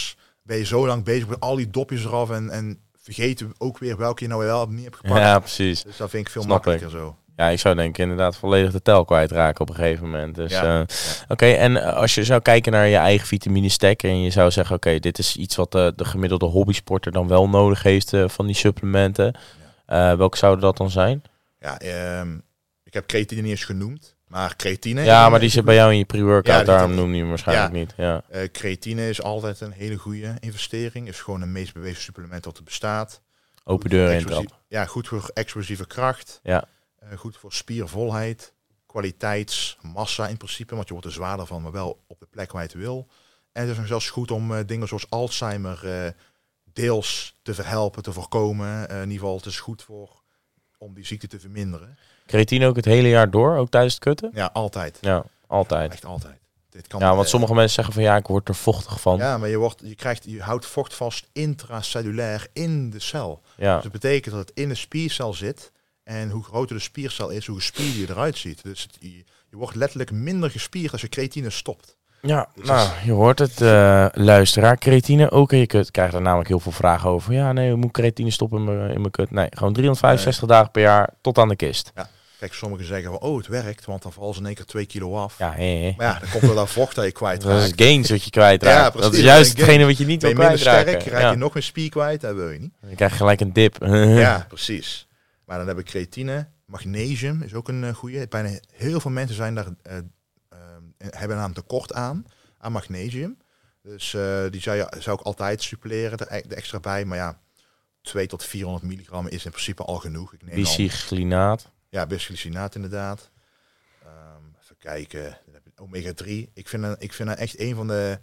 B: ben je zo lang bezig met al die dopjes eraf en, en vergeten ook weer welke je nou wel niet hebt gepakt.
A: Ja, precies.
B: Dus dat vind ik veel
A: Snap
B: makkelijker
A: ik.
B: zo.
A: Ja, ik zou denk ik inderdaad volledig de tel kwijtraken op een gegeven moment. Dus,
B: Ja.
A: uh,
B: Ja.
A: Oké, okay, en uh, als je zou kijken naar je eigen vitamine stack en je zou zeggen, oké, okay, dit is iets wat uh, de gemiddelde hobbysporter dan wel nodig heeft uh, van die supplementen. Uh, welke zouden dat dan zijn?
B: Ja, um, ik heb creatine niet eens genoemd, maar creatine...
A: Ja, maar die zit bij jou in je pre-workout,
B: ja,
A: daarom noem je hem waarschijnlijk
B: ja.
A: niet. Ja.
B: Uh, creatine is altijd een hele goede investering. Is gewoon een meest bewezen supplement dat er bestaat.
A: Open deur intrap.
B: Ja, goed voor explosieve kracht.
A: Ja.
B: Uh, goed voor spiervolheid, kwaliteitsmassa in principe, want je wordt er zwaarder van, maar wel op de plek waar je het wil. En het is nog zelfs goed om uh, dingen zoals Alzheimer uh, deels te verhelpen, te voorkomen. Uh, in ieder geval, het is goed voor om die ziekte te verminderen.
A: Creatine ook het hele jaar door, ook tijdens het kutten?
B: Ja, altijd.
A: Ja, altijd.
B: Ja, echt altijd. Dit kan
A: ja, want
B: uh,
A: sommige mensen zeggen van ja, ik word er vochtig van.
B: Ja, maar je, wordt, je, krijgt, je houdt vocht vast intracellulair in de cel.
A: Ja.
B: Dus dat betekent dat het in de spiercel zit. En hoe groter de spiercel is, hoe gespierd je eruit ziet. Dus het, je, je wordt letterlijk minder gespierd als je creatine stopt.
A: Ja,
B: dus
A: nou, je hoort het, uh, luisteraar. Creatine, ook in je kut. Ik krijg daar namelijk heel veel vragen over. Ja, nee, moet creatine stoppen in mijn, in mijn kut? Nee, gewoon driehonderdvijfenzestig nee. dagen per jaar tot aan de kist.
B: Ja. Kijk, sommigen zeggen van, oh, het werkt, want dan vallen ze in één keer twee kilo af.
A: Ja, hé, hé.
B: Maar ja, dan komt er dan vocht dat je kwijtraakt.
A: Dat is gains wat je kwijtraakt.
B: Ja, precies,
A: dat is juist hetgene wat je niet
B: wil
A: kwijtraken.
B: Ben je minder sterk, raak
A: ja.
B: je nog meer spier kwijt, dat wil je niet.
A: Dan krijg je gelijk een dip.
B: Ja, precies. Maar dan heb ik creatine. Magnesium is ook een uh, goede. Bijna heel veel mensen zijn daar, uh, uh, hebben daar een tekort aan, aan magnesium. Dus uh, die zou, je, zou ik altijd suppleren, er, er extra bij. Maar ja, twee tot vierhonderd milligram is in principe al genoeg. Ik neem
A: Bicyglycinaat.
B: Ja, bisglycinaat inderdaad. Um, even kijken. omega drie. Ik vind, ik vind dat echt een van de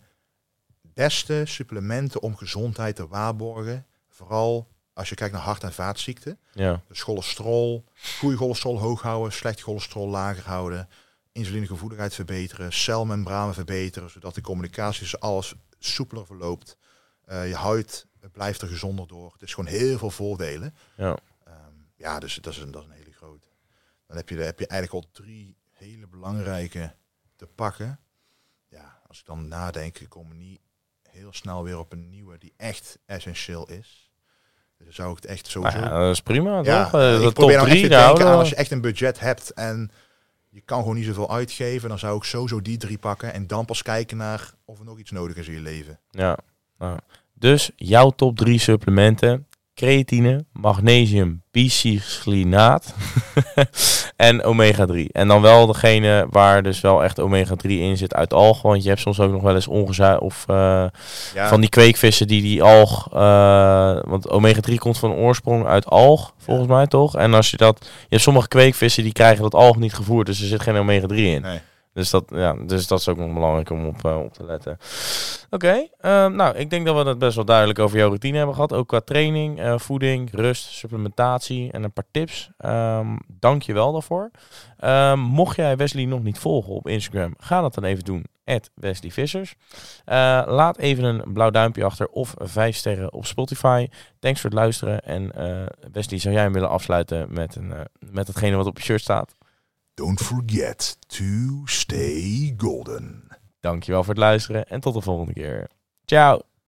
B: beste supplementen om gezondheid te waarborgen. Vooral als je kijkt naar hart- en vaatziekten.
A: Ja.
B: Dus cholesterol, goede cholesterol hoog houden, slecht cholesterol lager houden. Insulinegevoeligheid verbeteren, celmembranen verbeteren, zodat de communicatie tussen alles soepeler verloopt. Uh, je huid blijft er gezonder door. Het is gewoon heel veel voordelen.
A: Ja,
B: um, ja dus dat is, een, dat is een hele grote. Dan heb je, heb je eigenlijk al drie hele belangrijke te pakken. Ja, als ik dan nadenk, komen niet heel snel weer op een nieuwe die echt essentieel is. Dus dan zou ik het echt sowieso...
A: Nou ja, dat is prima,
B: ja,
A: toch? Uh,
B: ik
A: de
B: probeer
A: top
B: nou echt
A: drie
B: te denken
A: nou,
B: aan als je echt een budget hebt en je kan gewoon niet zoveel uitgeven, dan zou ik sowieso die drie pakken en dan pas kijken naar of er nog iets nodig is in je leven.
A: Ja, nou. Dus jouw top drie supplementen: creatine, magnesium, bicyglycinaat en omega drie. En dan wel degene waar dus wel echt omega drie in zit uit alg. Want je hebt soms ook nog wel eens ongezuiverd of uh, ja. van die kweekvissen die die alg... Uh, want omega drie komt van oorsprong uit alg, volgens ja. mij toch? En als je dat... Je hebt sommige kweekvissen die krijgen dat alg niet gevoerd, dus er zit geen omega drie in.
B: Nee.
A: Dus dat, ja, dus dat is ook nog belangrijk om op, uh, op te letten. Oké, okay, uh, nou, ik denk dat we het best wel duidelijk over jouw routine hebben gehad. Ook qua training, uh, voeding, rust, supplementatie en een paar tips. Um, dank je wel daarvoor. Um, mocht jij Wesley nog niet volgen op Instagram, ga dat dan even doen. at Wesley Vissers. Uh, laat even een blauw duimpje achter of vijf sterren op Spotify. Thanks voor het luisteren. En uh, Wesley, zou jij hem willen afsluiten met, een, uh, met hetgene wat op je shirt staat?
B: Don't forget to stay golden.
A: Dankjewel voor het luisteren en tot de volgende keer. Ciao.